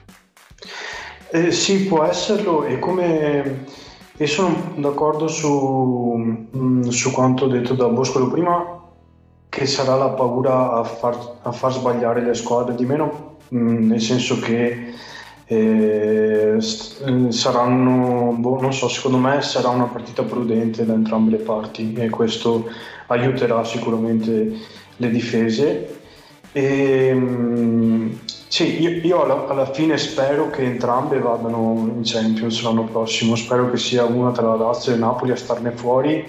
Sì, può esserlo, e sono d'accordo su quanto detto da Boscolo prima, che sarà la paura a far sbagliare le squadre di meno, nel senso che saranno, non so, secondo me sarà una partita prudente da entrambe le parti, e questo aiuterà sicuramente le difese. Sì, io alla fine spero che entrambe vadano in Champions l'anno prossimo. Spero che sia una tra la Lazio e il Napoli a starne fuori,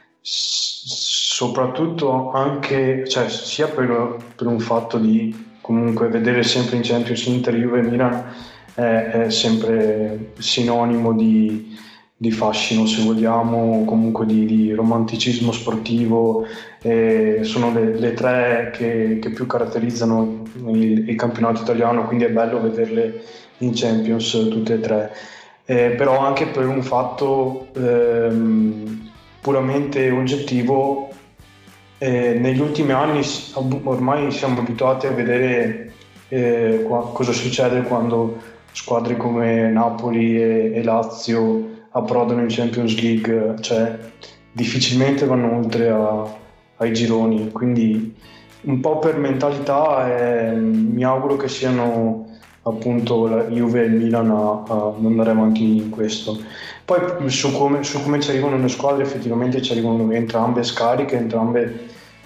soprattutto anche, cioè, sia per un fatto di comunque vedere sempre in Champions Inter, Juve e Milan è sempre sinonimo di fascino, se vogliamo, comunque di romanticismo sportivo. Sono le tre che più caratterizzano il campionato italiano, quindi è bello vederle in Champions tutte e tre. Però anche per un fatto puramente oggettivo, negli ultimi anni ormai siamo abituati a vedere cosa succede quando squadre come Napoli e Lazio approdano in Champions League, cioè difficilmente vanno oltre ai gironi, quindi un po' per mentalità mi auguro che siano appunto la Juve e il Milan a andare avanti in questo. Poi su come ci arrivano le squadre, effettivamente ci arrivano entrambe scariche, entrambe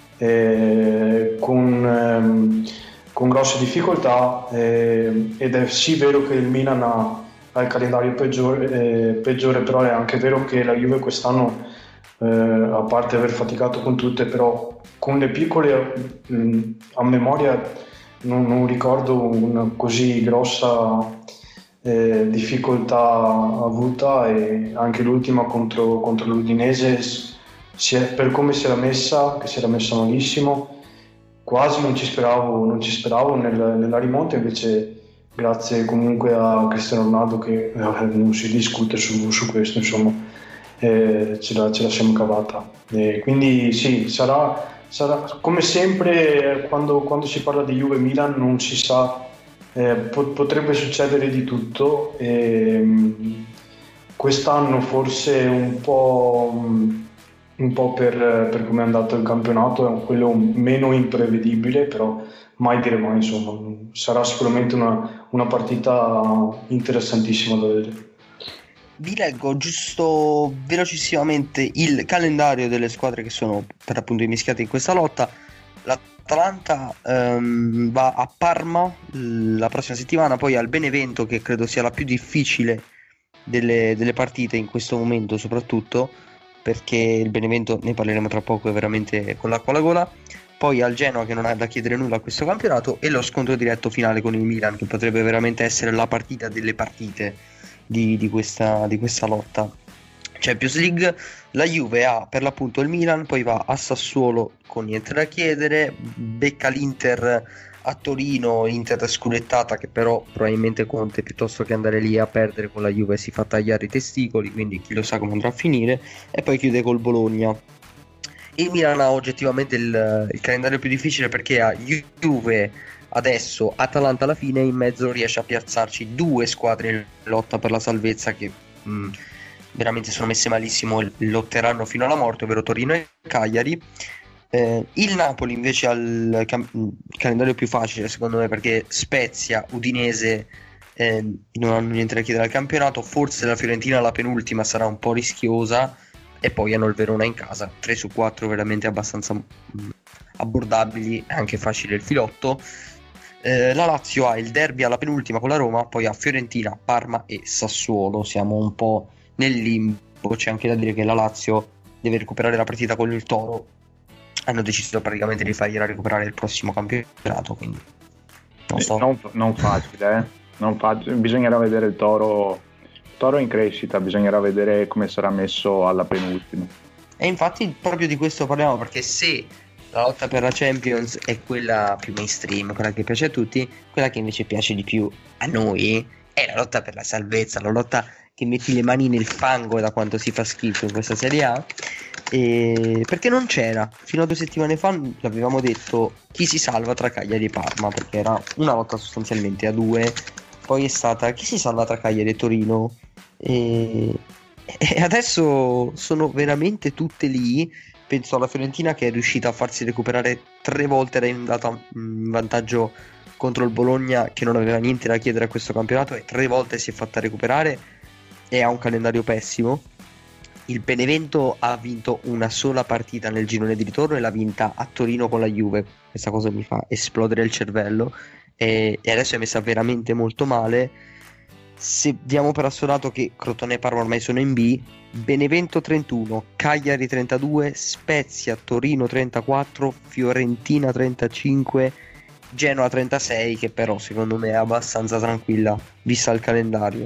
con grosse difficoltà, ed è sì vero che il Milan ha il calendario peggiore, però è anche vero che la Juve quest'anno, a parte aver faticato con tutte, però con le piccole, a memoria non ricordo una così grossa difficoltà avuta, e anche l'ultima contro l'Udinese, per come si era messa, che si era messa malissimo, quasi non ci speravo nella rimonta. Invece grazie comunque a Cristiano Ronaldo, che non si discute su questo, insomma, ce la siamo cavata. Quindi sì, sarà come sempre quando si parla di Juve Milan, non si sa, potrebbe succedere di tutto. Quest'anno forse un po' per come è andato il campionato è quello meno imprevedibile, però mai dire mai, insomma, sarà sicuramente una partita interessantissima da vedere. Vi leggo giusto velocissimamente il calendario delle squadre che sono per l'appunto immischiate in questa lotta. L'Atalanta va a Parma la prossima settimana, poi al Benevento, che credo sia la più difficile delle partite in questo momento, soprattutto perché il Benevento, ne parleremo tra poco, è veramente con l'acqua alla gola. Poi al Genoa, che non ha da chiedere nulla a questo campionato, e lo scontro diretto finale con il Milan, che potrebbe veramente essere la partita delle partite di questa lotta Champions League. La Juve ha per l'appunto il Milan, poi va a Sassuolo con niente da chiedere, becca l'Inter a Torino, Inter scudettata, che però probabilmente Conte, piuttosto che andare lì a perdere con la Juve, si fa tagliare i testicoli, quindi chi lo sa come andrà a finire, e poi chiude col Bologna. Il Milan ha oggettivamente il calendario più difficile, perché ha Juve adesso, Atalanta alla fine, in mezzo riesce a piazzarci due squadre in lotta per la salvezza che veramente sono messe malissimo e lotteranno fino alla morte, ovvero Torino e Cagliari. Il Napoli invece ha il calendario più facile secondo me, perché Spezia, Udinese non hanno niente da chiedere al campionato. Forse la Fiorentina, la penultima, sarà un po' rischiosa, e poi hanno il Verona in casa. 3 su 4 veramente abbastanza abbordabili, è anche facile il filotto. La Lazio ha il derby alla penultima con la Roma, poi ha Fiorentina, Parma e Sassuolo. Siamo un po' nel limbo. C'è anche da dire che la Lazio deve recuperare la partita con il Toro. Hanno deciso praticamente di fargliela recuperare il prossimo campionato, quindi non so. Non facile, bisognerà vedere il Toro in crescita, bisognerà vedere come sarà messo alla penultima. E infatti proprio di questo parliamo, perché se la lotta per la Champions è quella più mainstream, quella che piace a tutti, quella che invece piace di più a noi è la lotta per la salvezza, la lotta che metti le mani nel fango da quanto si fa schifo in questa Serie A. Perché non c'era fino a 2 settimane fa, l'avevamo detto, chi si salva tra Cagliari e Parma, perché era una lotta sostanzialmente a 2. Poi è stata chi si salva tra Cagliari e Torino, e adesso sono veramente tutte lì. Penso alla Fiorentina, che è riuscita a farsi recuperare 3 volte, era andata in vantaggio contro il Bologna, che non aveva niente da chiedere a questo campionato, e 3 volte si è fatta recuperare e ha un calendario pessimo. Il Benevento ha vinto una sola partita nel girone di ritorno e l'ha vinta a Torino con la Juve. Questa cosa mi fa esplodere il cervello, e adesso è messa veramente molto male. Se diamo per assurato che Crotone e Parma ormai sono in B, Benevento 31, Cagliari 32, Spezia, Torino 34, Fiorentina 35, Genoa 36, che però secondo me è abbastanza tranquilla visto il calendario.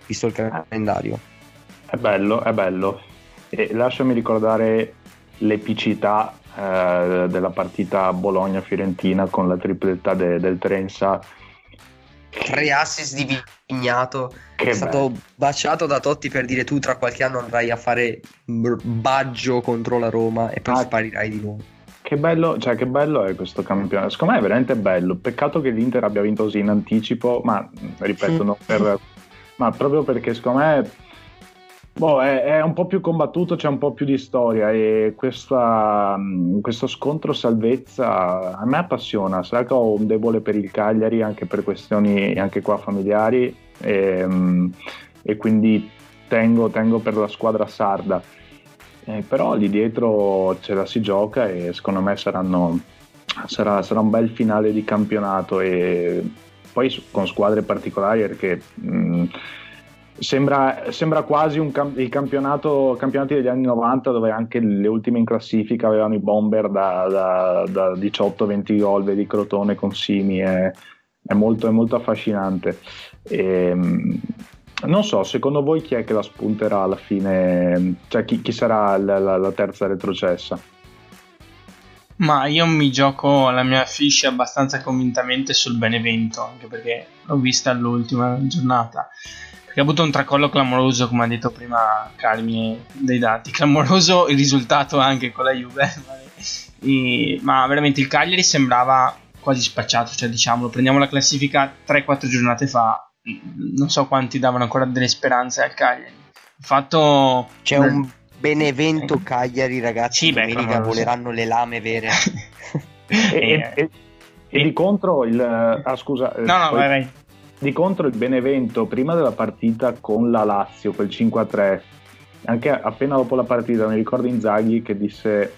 È bello. E lasciami ricordare l'epicità della partita Bologna-Fiorentina con la tripletta del Trenza. 3 assist di Vignato, Che è stato baciato da Totti per dire: tu tra qualche anno andrai a fare Baggio contro la Roma e poi sparirai di nuovo. Che bello è questo campionato. Secondo me è veramente bello. Peccato che l'Inter abbia vinto così in anticipo, ma ripeto, ma proprio perché secondo me è un po' più combattuto, c'è un po' più di storia, e questo scontro salvezza a me appassiona. Sarà che ho un debole per il Cagliari, anche per questioni anche qua familiari, e quindi tengo per la squadra sarda, però lì dietro ce la si gioca, e secondo me sarà un bel finale di campionato, e poi con squadre particolari, perché sembra quasi i campionati degli anni 90, dove anche le ultime in classifica avevano i bomber da 18-20 gol, vedi Crotone con Simi. È molto affascinante. Non so, secondo voi chi è che la spunterà alla fine? Cioè chi sarà la terza retrocessa? Ma io mi gioco la mia fiche abbastanza convintamente sul Benevento, anche perché l'ho vista all'ultima giornata, perché ha avuto un tracollo clamoroso, come ha detto prima Carmine, dei dati, clamoroso il risultato anche con la Juve. Ma veramente il Cagliari sembrava quasi spacciato, cioè diciamolo, prendiamo la classifica 3-4 giornate fa, non so quanti davano ancora delle speranze al Cagliari. Il fatto c'è un Benevento Cagliari, ragazzi, domenica voleranno le lame vere. e di contro vai. Di contro il Benevento, prima della partita con la Lazio, quel 5-3, anche appena dopo la partita, mi ricordo Inzaghi che disse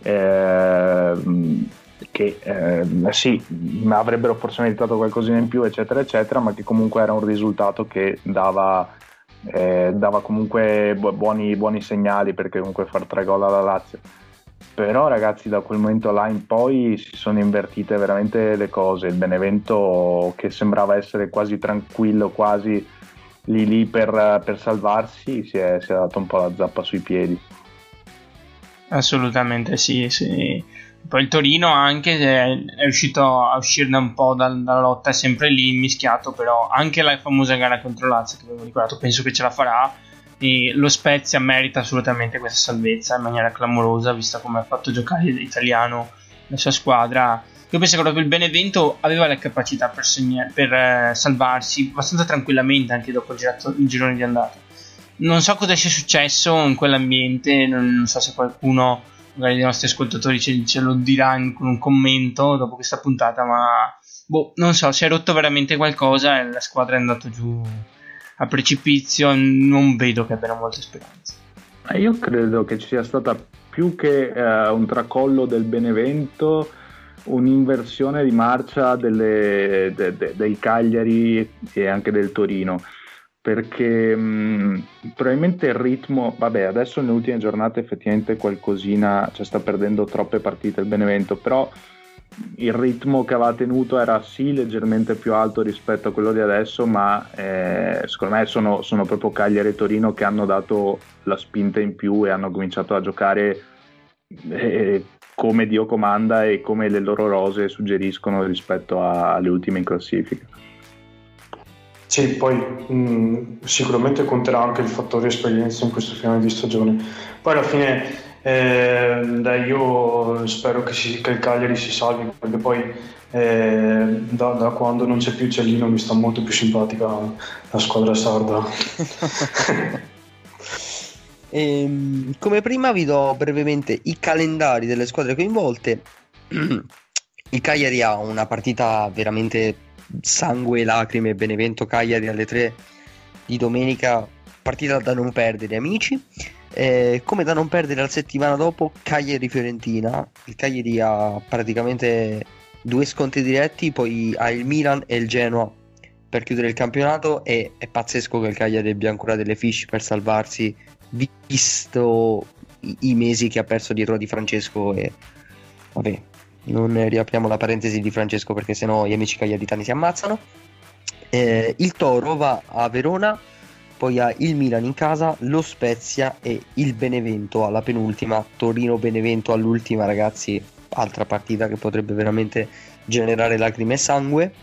che sì, avrebbero forse meritato qualcosina in più, eccetera eccetera, ma che comunque era un risultato che dava comunque buoni segnali, perché comunque far 3 gol alla Lazio. Però ragazzi, da quel momento là in poi si sono invertite veramente le cose. Il Benevento, che sembrava essere quasi tranquillo, quasi lì per salvarsi si è dato un po' la zappa sui piedi. Assolutamente sì. Poi il Torino anche è riuscito a uscirne un po' dalla lotta, è sempre lì mischiato, però anche la famosa gara contro Lazio che avevo ricordato, penso che ce la farà, e lo Spezia merita assolutamente questa salvezza in maniera clamorosa, vista come ha fatto giocare l'italiano la sua squadra. Io penso che proprio il Benevento aveva le capacità per salvarsi abbastanza tranquillamente anche dopo il girone di andata. Non so cosa sia successo in quell'ambiente, non so se qualcuno magari dei nostri ascoltatori ce lo dirà con un commento dopo questa puntata, ma non so, si è rotto veramente qualcosa e la squadra è andata giù a precipizio. Non vedo che abbiano molte speranze. Io credo che ci sia stata più che un tracollo del Benevento, un'inversione di marcia dei Cagliari e anche del Torino, perché probabilmente il ritmo, adesso nelle ultime giornate effettivamente qualcosina, sta perdendo troppe partite il Benevento, però il ritmo che aveva tenuto era sì leggermente più alto rispetto a quello di adesso, ma secondo me sono proprio Cagliari e Torino che hanno dato la spinta in più e hanno cominciato a giocare come Dio comanda e come le loro rose suggeriscono rispetto alle ultime in classifica. Sì, poi sicuramente conterà anche il fattore esperienza in questo finale di stagione. Poi alla fine io spero che il Cagliari si salvi, perché poi da quando non c'è più Cellino mi sta molto più simpatica la squadra sarda. Come prima vi do brevemente i calendari delle squadre coinvolte. Il Cagliari ha una partita veramente sangue e lacrime, Benevento-Cagliari alle 3 di domenica, partita da non perdere, amici. Come da non perdere la settimana dopo, Cagliari-Fiorentina. Il Cagliari ha praticamente 2 scontri diretti, poi ha il Milan e il Genoa per chiudere il campionato, e è pazzesco che il Cagliari abbia ancora delle fiche per salvarsi, visto i mesi che ha perso dietro a Di Francesco. E vabbè, non riapriamo la parentesi di Francesco, perché sennò gli amici cagliaritani si ammazzano. Il Toro va a Verona, poi ha il Milan in casa, lo Spezia e il Benevento alla penultima. Torino-Benevento all'ultima, ragazzi, altra partita che potrebbe veramente generare lacrime e sangue.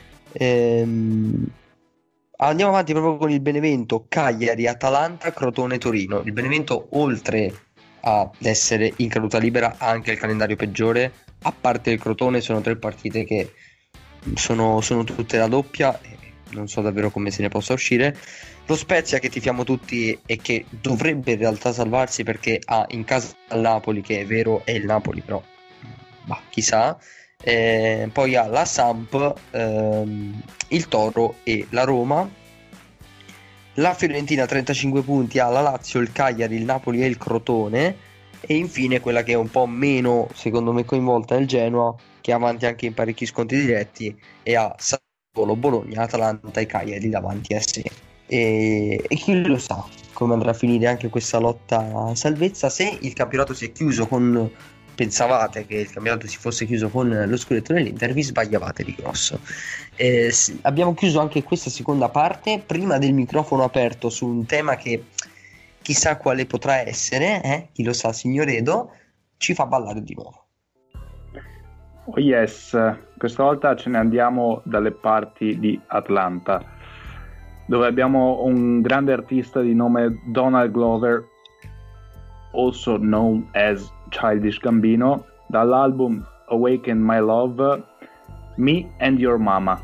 Andiamo avanti proprio con il Benevento, Cagliari, Atalanta, Crotone, Torino. Il Benevento, oltre ad essere in caduta libera, ha anche il calendario peggiore. A parte il Crotone, sono 3 partite che sono tutte la doppia, e non so davvero come se ne possa uscire. Lo Spezia, che tifiamo tutti e che dovrebbe in realtà salvarsi, perché ha in casa il Napoli, che è vero è il Napoli, però chissà. Poi ha la Samp, il Toro e la Roma. La Fiorentina 35 punti, ha la Lazio, il Cagliari, il Napoli e il Crotone. E infine quella che è un po' meno secondo me coinvolta è il Genoa, che è avanti anche in parecchi scontri diretti e ha Sassuolo, Bologna, Atalanta e Cagliari davanti a sé. E chi lo sa come andrà a finire anche questa lotta a salvezza. Se il campionato si è chiuso pensavate che il campionato si fosse chiuso con lo scudetto dell'Inter, vi sbagliavate di grosso. Abbiamo chiuso anche questa seconda parte prima del microfono aperto su un tema che chissà quale potrà essere, chi lo sa, signor Edo ci fa ballare di nuovo. Oh yes, questa volta ce ne andiamo dalle parti di Atlanta, dove abbiamo un grande artista di nome Donald Glover, also known as Childish Gambino, dall'album Awaken My Love, Me and Your Mama.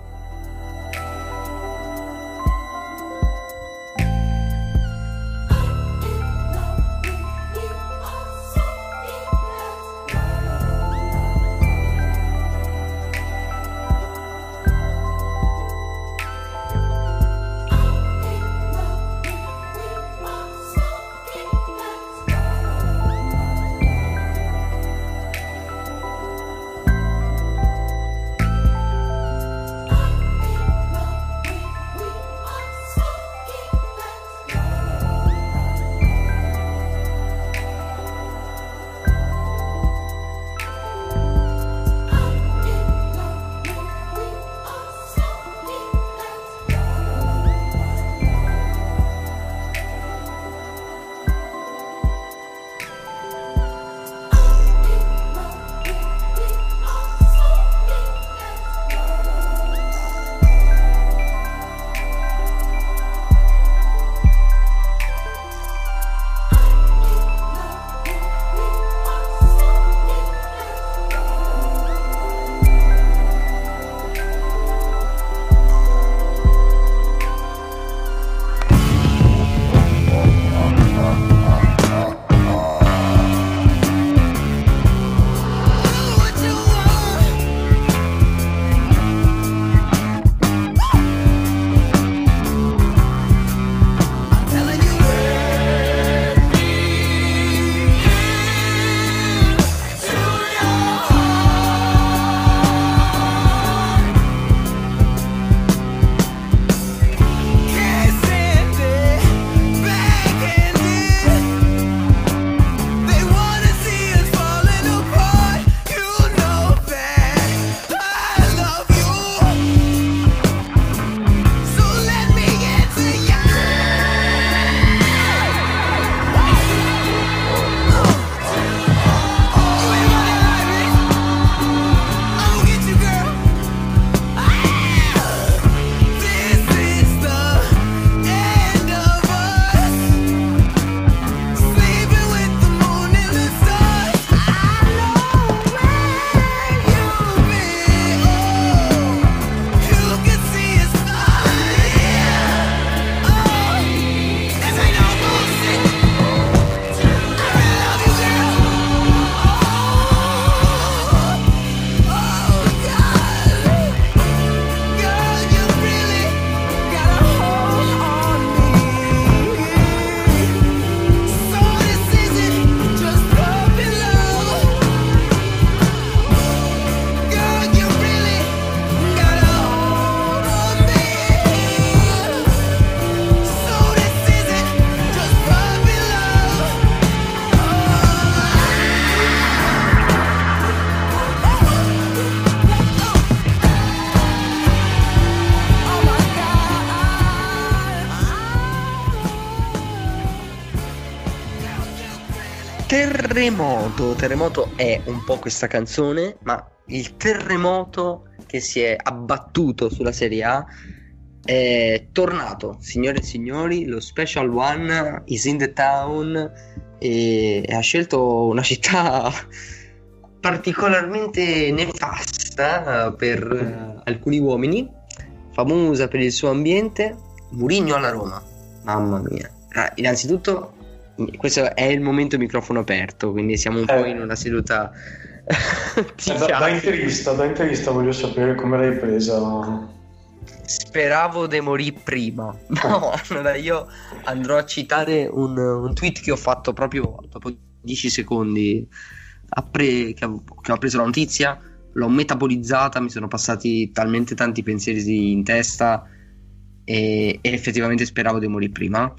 Terremoto è un po' questa canzone, ma il terremoto che si è abbattuto sulla Serie A è tornato, signore e signori. Lo Special One is in the town e ha scelto una città particolarmente nefasta per alcuni uomini, famosa per il suo ambiente. Mourinho alla Roma, mamma mia. Innanzitutto questo è il momento microfono aperto, quindi siamo un po' in una seduta da intervista voglio sapere come l'hai presa. Speravo de morì prima. No, allora io andrò a citare un tweet che ho fatto proprio dopo 10 secondi che ho preso la notizia, l'ho metabolizzata, mi sono passati talmente tanti pensieri in testa e effettivamente speravo di morire prima.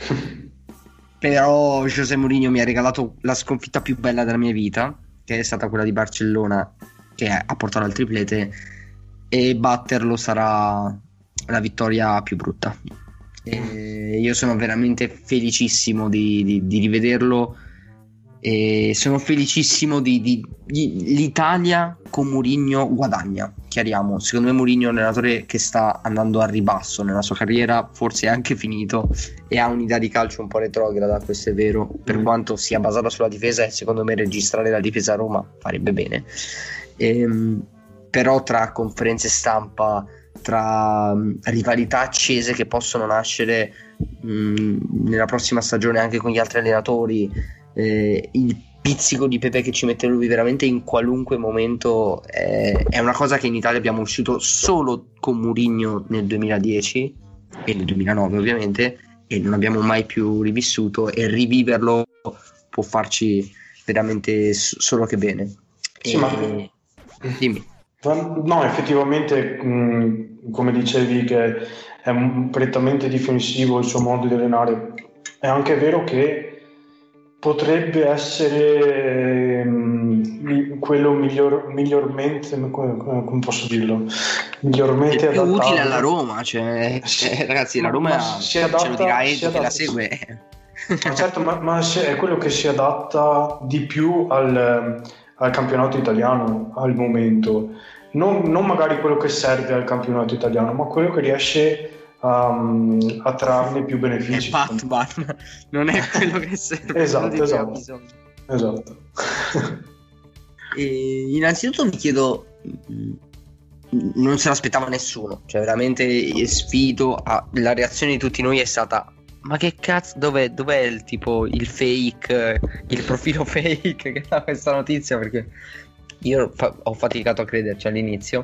Però José Mourinho mi ha regalato la sconfitta più bella della mia vita, che è stata quella di Barcellona, che ha portato al triplete, e batterlo sarà la vittoria più brutta. E io sono veramente felicissimo di rivederlo, e sono felicissimo di l'Italia con Mourinho guadagna. Chiariamo, secondo me Mourinho è un allenatore che sta andando a ribasso nella sua carriera, forse è anche finito, e ha un'idea di calcio un po' retrograda, questo è vero, per quanto sia basata sulla difesa, e secondo me registrare la difesa a Roma farebbe bene. Però tra conferenze stampa, tra rivalità accese che possono nascere nella prossima stagione anche con gli altri allenatori, il pizzico di pepe che ci mette lui veramente in qualunque momento, è una cosa che in Italia abbiamo uscito solo con Mourinho nel 2010 e nel 2009 ovviamente, e non abbiamo mai più rivissuto, e riviverlo può farci veramente solo che bene. Sì, ma dimmi. No, effettivamente, come dicevi, che è prettamente difensivo il suo modo di allenare. È anche vero che potrebbe essere quello migliormente, come posso dirlo, migliormente più adattato. Utile alla Roma, ragazzi, la Roma ce lo dirà Edo che la segue. Ma certo, ma è quello che si adatta di più al campionato italiano al momento, non magari quello che serve al campionato italiano, ma quello che riesce a trarne più benefici. È Batman, non è quello che serve. esatto. E innanzitutto mi chiedo, non se l'aspettava nessuno, cioè veramente sfido la reazione di tutti noi è stata: ma che cazzo, dov'è il fake, il profilo fake che dà questa notizia? Perché io ho faticato a crederci all'inizio.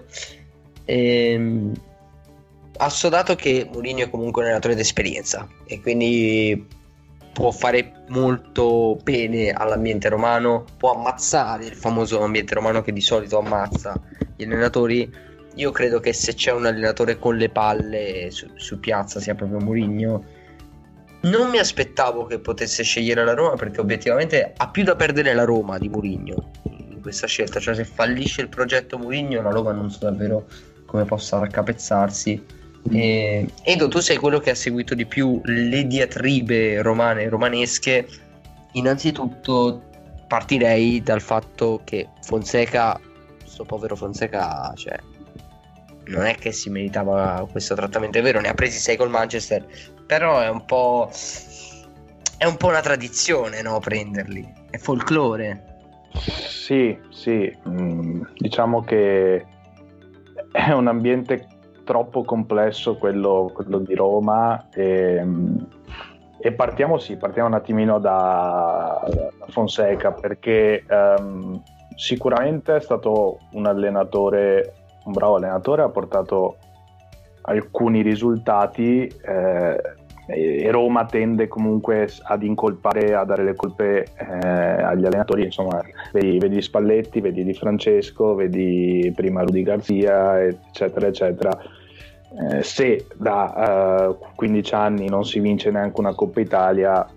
Assodato che Mourinho è comunque un allenatore d'esperienza e quindi può fare molto bene all'ambiente romano, può ammazzare il famoso ambiente romano che di solito ammazza gli allenatori. Io credo che se c'è un allenatore con le palle su piazza sia proprio Mourinho. Non mi aspettavo che potesse scegliere la Roma, perché obiettivamente ha più da perdere la Roma di Mourinho in questa scelta. Cioè, se fallisce il progetto Mourinho, la Roma non so davvero come possa raccapezzarsi. Edo, tu sei quello che ha seguito di più le diatribe romane e romanesche. Innanzitutto partirei dal fatto che Fonseca, questo povero Fonseca, cioè, non è che si meritava questo trattamento. È vero, ne ha presi 6 col Manchester, però è un po' una tradizione, no? Prenderli è folklore. Sì, diciamo che è un ambiente troppo complesso quello di Roma, e partiamo un attimino da Fonseca, perché sicuramente è stato un bravo allenatore, ha portato alcuni risultati, e Roma tende comunque ad incolpare, a dare le colpe agli allenatori. Insomma, vedi Spalletti, vedi Di Francesco, vedi prima Rudi Garcia, eccetera eccetera. Se da 15 anni non si vince neanche una Coppa Italia,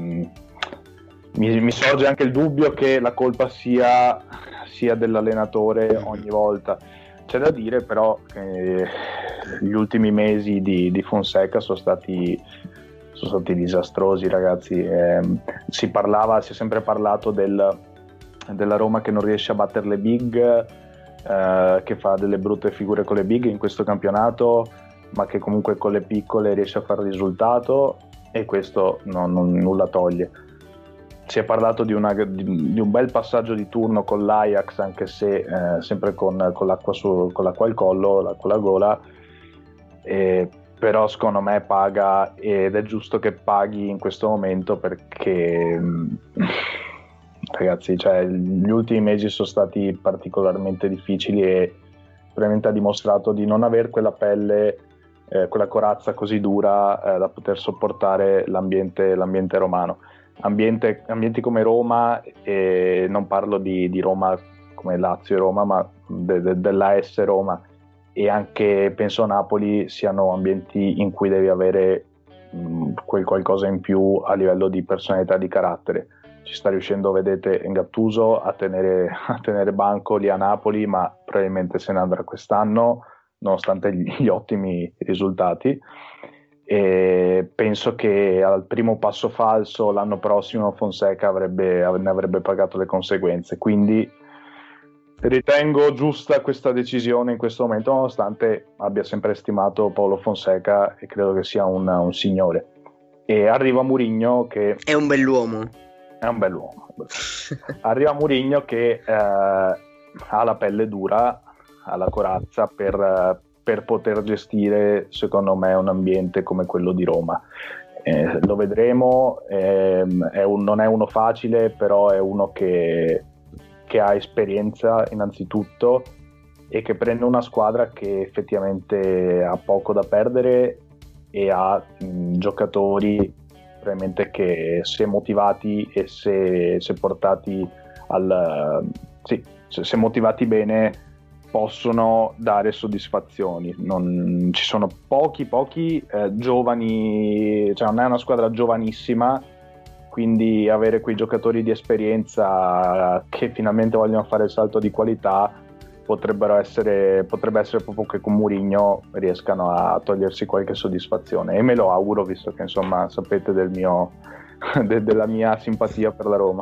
mi sorge anche il dubbio che la colpa sia dell'allenatore ogni volta. C'è da dire però che gli ultimi mesi di Fonseca sono stati sono stati disastrosi, ragazzi. Si è sempre parlato della Roma che non riesce a battere le big, che fa delle brutte figure con le big in questo campionato, ma che comunque con le piccole riesce a fare risultato, e questo nulla toglie. Si è parlato di un bel passaggio di turno con l'Ajax, anche se sempre con l'acqua al collo, l'acqua alla gola, però secondo me paga, ed è giusto che paghi in questo momento, perché ragazzi, cioè, gli ultimi mesi sono stati particolarmente difficili e veramente ha dimostrato di non avere quella pelle, quella corazza così dura da poter sopportare l'ambiente romano. Ambienti come Roma, e non parlo di Roma come Lazio e Roma, ma dell'AS Roma, e anche penso Napoli, siano ambienti in cui devi avere quel qualcosa in più a livello di personalità, di carattere. Ci sta riuscendo, vedete, Gattuso a tenere banco lì a Napoli, ma probabilmente se ne andrà quest'anno, nonostante gli ottimi risultati. E penso che al primo passo falso l'anno prossimo Fonseca ne avrebbe pagato le conseguenze, quindi ritengo giusta questa decisione in questo momento, nonostante abbia sempre stimato Paolo Fonseca e credo che sia un signore. E arriva Mourinho, che è un bell'uomo. Arriva Mourinho che ha la pelle dura, ha la corazza per poter gestire, secondo me, un ambiente come quello di Roma. Lo vedremo, non è uno facile, però è uno che ha esperienza innanzitutto, e che prende una squadra che effettivamente ha poco da perdere e ha giocatori probabilmente che, se motivati e se portati se motivati bene, possono dare soddisfazioni. Ci sono pochi giovani, cioè non è una squadra giovanissima, quindi avere quei giocatori di esperienza che finalmente vogliono fare il salto di qualità potrebbe essere proprio che con Mourinho riescano a togliersi qualche soddisfazione, e me lo auguro, visto che insomma sapete della mia simpatia per la Roma.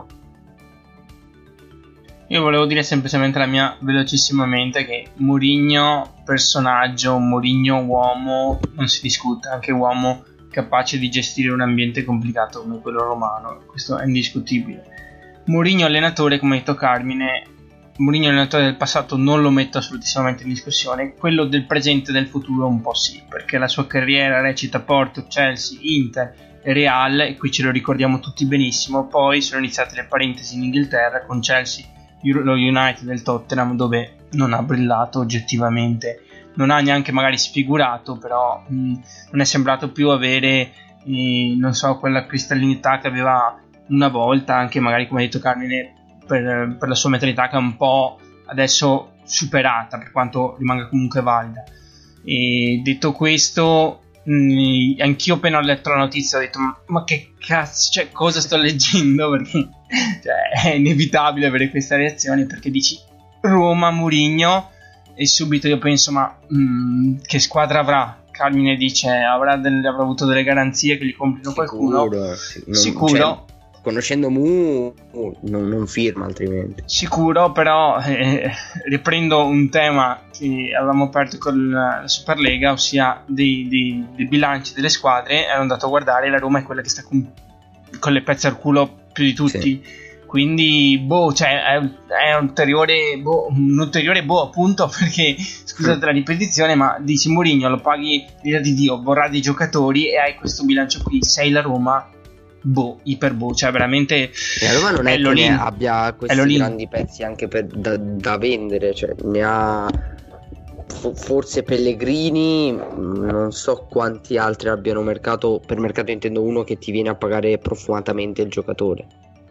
Io volevo dire semplicemente la mia velocissimamente, che Mourinho personaggio, Mourinho uomo, non si discute, anche uomo capace di gestire un ambiente complicato come quello romano, questo è indiscutibile. Mourinho allenatore, come ha detto Carmine, Mourinho allenatore del passato non lo metto assolutissimamente in discussione, quello del presente e del futuro un po' sì, perché la sua carriera recita Porto, Chelsea, Inter e Real, e qui ce lo ricordiamo tutti benissimo. Poi sono iniziate le parentesi in Inghilterra con Chelsea, lo United e il Tottenham, dove non ha brillato oggettivamente, non ha neanche magari sfigurato, però non è sembrato più avere non so, quella cristallinità che aveva una volta, anche magari, come ha detto Carmine, per la sua mentalità, che è un po' adesso superata, per quanto rimanga comunque valida. E detto questo, anch'io appena ho letto la notizia ho detto ma che cazzo, cioè, cosa sto leggendo, perché cioè, è inevitabile avere questa reazione, perché dici Roma, Mourinho, e subito io penso ma che squadra avrà? Carmine dice avrà avuto delle garanzie che gli comprino qualcuno, sicuro. Cioè, conoscendo Mu non firma altrimenti. Sicuro, però riprendo un tema che avevamo aperto con la Superlega, ossia dei bilanci delle squadre. Ero andato a guardare, la Roma è quella che sta con le pezze al culo più di tutti, sì. Quindi cioè, è un ulteriore appunto, perché scusate la ripetizione, ma dici Mourinho lo paghi l'ira di Dio, vorrà dei giocatori e hai questo bilancio qui, sei la Roma, cioè veramente la Roma non è che ne abbia questi grandi pezzi anche da vendere, cioè ne ha forse Pellegrini, non so quanti altri abbiano mercato. Per mercato intendo uno che ti viene a pagare profumatamente il giocatore,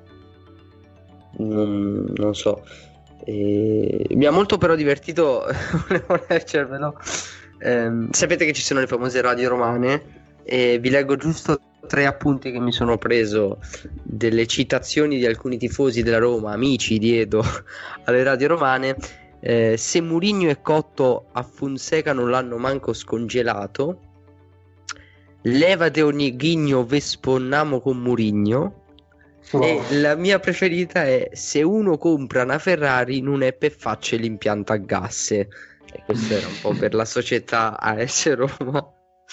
non so. Mi ha molto però divertito volevo leggervelo. Sapete che ci sono le famose radio romane, e vi leggo giusto 3 appunti che mi sono preso delle citazioni di alcuni tifosi della Roma, amici di Edo, alle radio romane. Se Mourinho è cotto, a Fonseca non l'hanno manco scongelato. levate ogni ghigno vesponnamo con Murigno. E la mia preferita è: se uno compra una Ferrari non è per facce l'impianto a gas. E questo era un po' per la società AS Roma.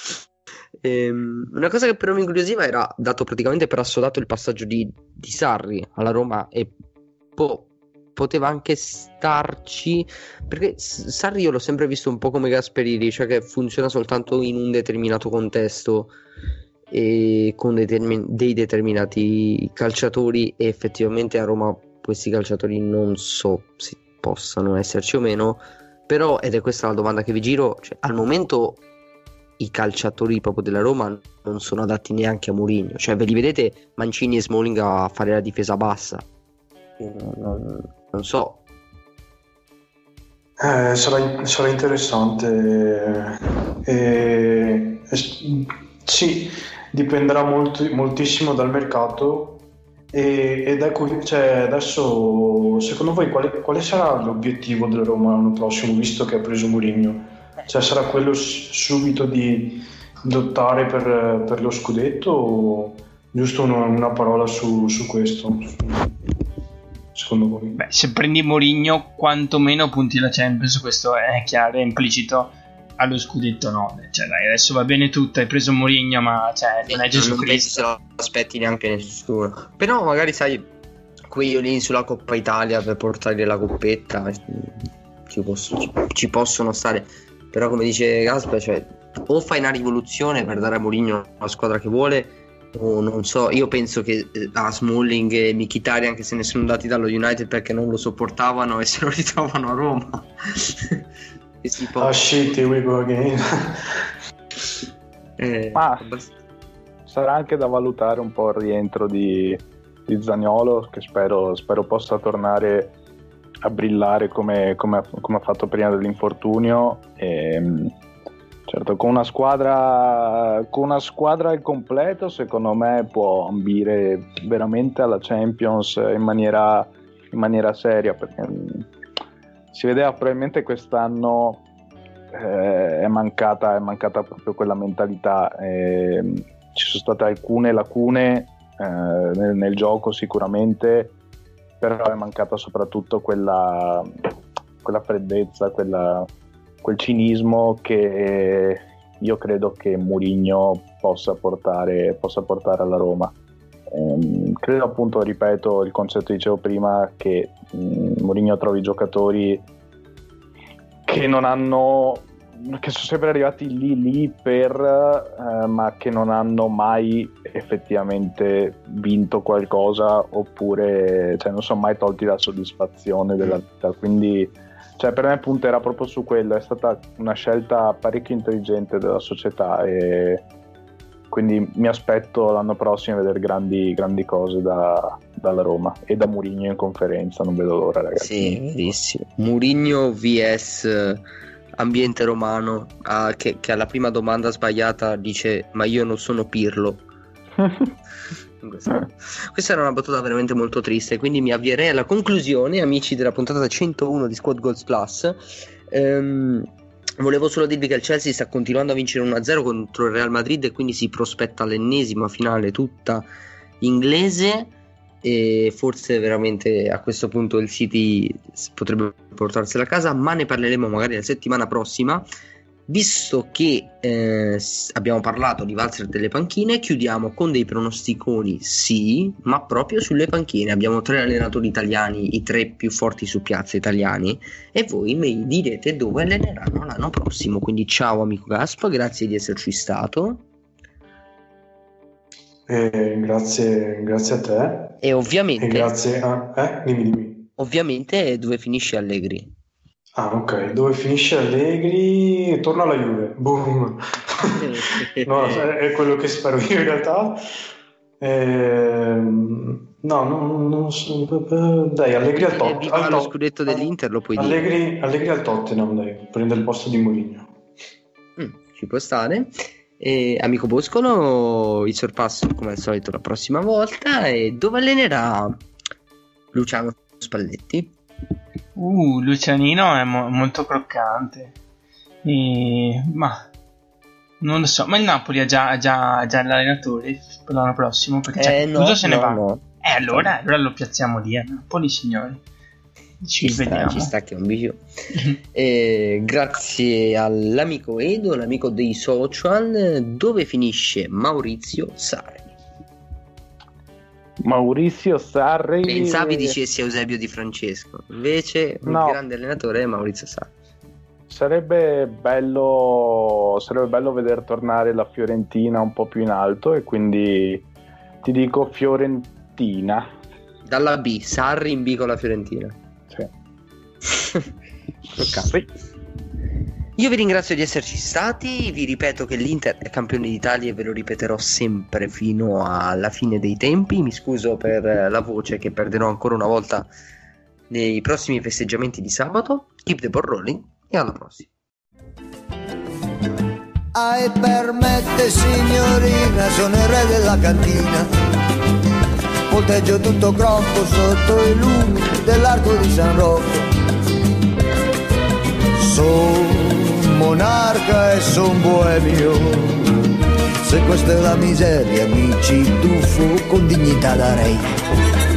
Una cosa che però mi incuriosiva era, dato praticamente per assodato il passaggio di Sarri alla Roma, e poteva anche starci, perché Sarri io l'ho sempre visto un po' come Gasperini, cioè che funziona soltanto in un determinato contesto e con dei determinati calciatori, e effettivamente a Roma questi calciatori non so se possano esserci o meno. Però, ed è questa la domanda che vi giro, cioè, al momento i calciatori proprio della Roma non sono adatti neanche a Mourinho, cioè ve li vedete Mancini e Smalling a fare la difesa bassa? Non so. Sarà interessante. Sì, dipenderà moltissimo dal mercato. Ed ecco, cioè, adesso secondo voi quale sarà l'obiettivo della Roma l'anno prossimo, visto che ha preso Mourinho? Cioè, sarà quello subito di lottare per lo scudetto, o giusto una parola su questo, secondo voi? Beh, se prendi Mourinho quantomeno punti la Champions, questo è chiaro, è implicito. Allo scudetto no, cioè dai, adesso va bene tutto, hai preso Mourinho, ma cioè, non è Gesù Cristo, non aspetti neanche nessuno. Però magari sai, quelli lì sulla Coppa Italia per portare la coppetta ci possono stare. Però come dice Gasper, cioè, o fai una rivoluzione per dare a Mourinho la squadra che vuole, o non so. Io penso che a Smalling e Mkhitaryan, anche se ne sono andati dallo United perché non lo sopportavano e se lo ritrovano a Roma. Shit, here we go again. Ma sarà anche da valutare un po' il rientro di Zaniolo, che spero possa tornare a brillare come ha fatto prima dell'infortunio. Certo, con una squadra al completo, secondo me può ambire veramente alla Champions in maniera seria, perché si vedeva probabilmente quest'anno è mancata proprio quella mentalità. Ci sono state alcune lacune nel gioco sicuramente, però è mancata soprattutto quella freddezza, quel cinismo che io credo che Mourinho possa portare alla Roma. Credo, appunto, ripeto il concetto che dicevo prima, che Mourinho trovi giocatori che sono sempre arrivati lì ma che non hanno mai effettivamente vinto qualcosa, oppure non sono mai tolti la soddisfazione della vita. Quindi per me punterà proprio su quello. È stata una scelta parecchio intelligente della società, e quindi mi aspetto l'anno prossimo a vedere grandi cose dalla Roma e da Mourinho in conferenza. Non vedo l'ora, ragazzi. Sì, verissimo. Mourinho vs ambiente romano, che alla prima domanda sbagliata dice: ma io non sono Pirlo. Questa era una battuta veramente molto triste, quindi mi avvierei alla conclusione, amici della puntata 101 di Squad Goals Plus. Volevo solo dirvi che il Chelsea sta continuando a vincere 1-0 contro il Real Madrid, e quindi si prospetta l'ennesima finale tutta inglese, e forse veramente a questo punto il City potrebbe portarsela a casa, ma ne parleremo magari la settimana prossima. Visto che abbiamo parlato di valzer delle panchine, chiudiamo con dei pronosticoni, sì, ma proprio sulle panchine. Abbiamo 3 allenatori italiani, i 3 più forti su piazza italiani, e voi mi direte dove alleneranno l'anno prossimo. Quindi ciao amico Gaspa, grazie di esserci stato. Grazie a te. E ovviamente, e grazie a dimmi. Ovviamente dove finisce Allegri? Ah, ok, dove finisce Allegri? Torna alla Juve. Boom. No, è quello che spero io in realtà. No, non so. Dai, Allegri al Tottenham. Lo scudetto dell'Inter lo puoi dire. Allegri al Tottenham, dai, prende il posto di Mourinho. Ci può stare. Amico Boscolo, il sorpasso come al solito la prossima volta. E dove allenerà Luciano Spalletti? Lucianino è molto croccante, ma Non lo so, ma il Napoli ha già l'allenatore per l'anno prossimo, perché Gattuso se ne va. No. Allora lo piazziamo lì a Napoli, signori. Ci sta che è un bicio. Grazie all'amico Edo, l'amico dei social. Dove finisce Maurizio Sarri? Maurizio Sarri. Pensavi dicessi Eusebio Di Francesco, invece il grande allenatore è Maurizio Sarri. Sarebbe bello vedere tornare la Fiorentina un po' più in alto, e quindi ti dico Fiorentina. Dalla B, Sarri in B con la Fiorentina. Sì. Sì. Io vi ringrazio di esserci stati, vi ripeto che l'Inter è campione d'Italia e ve lo ripeterò sempre fino alla fine dei tempi. Mi scuso per la voce che perderò ancora una volta nei prossimi festeggiamenti di sabato. Keep the ball rolling e alla prossima. Permette signorina, sono il re della cantina, volteggio tutto crocco sotto i lumi dell'arco di San Rocco. Son monarca e son boemio, se questa è la miseria mi ci tuffo con dignità da re.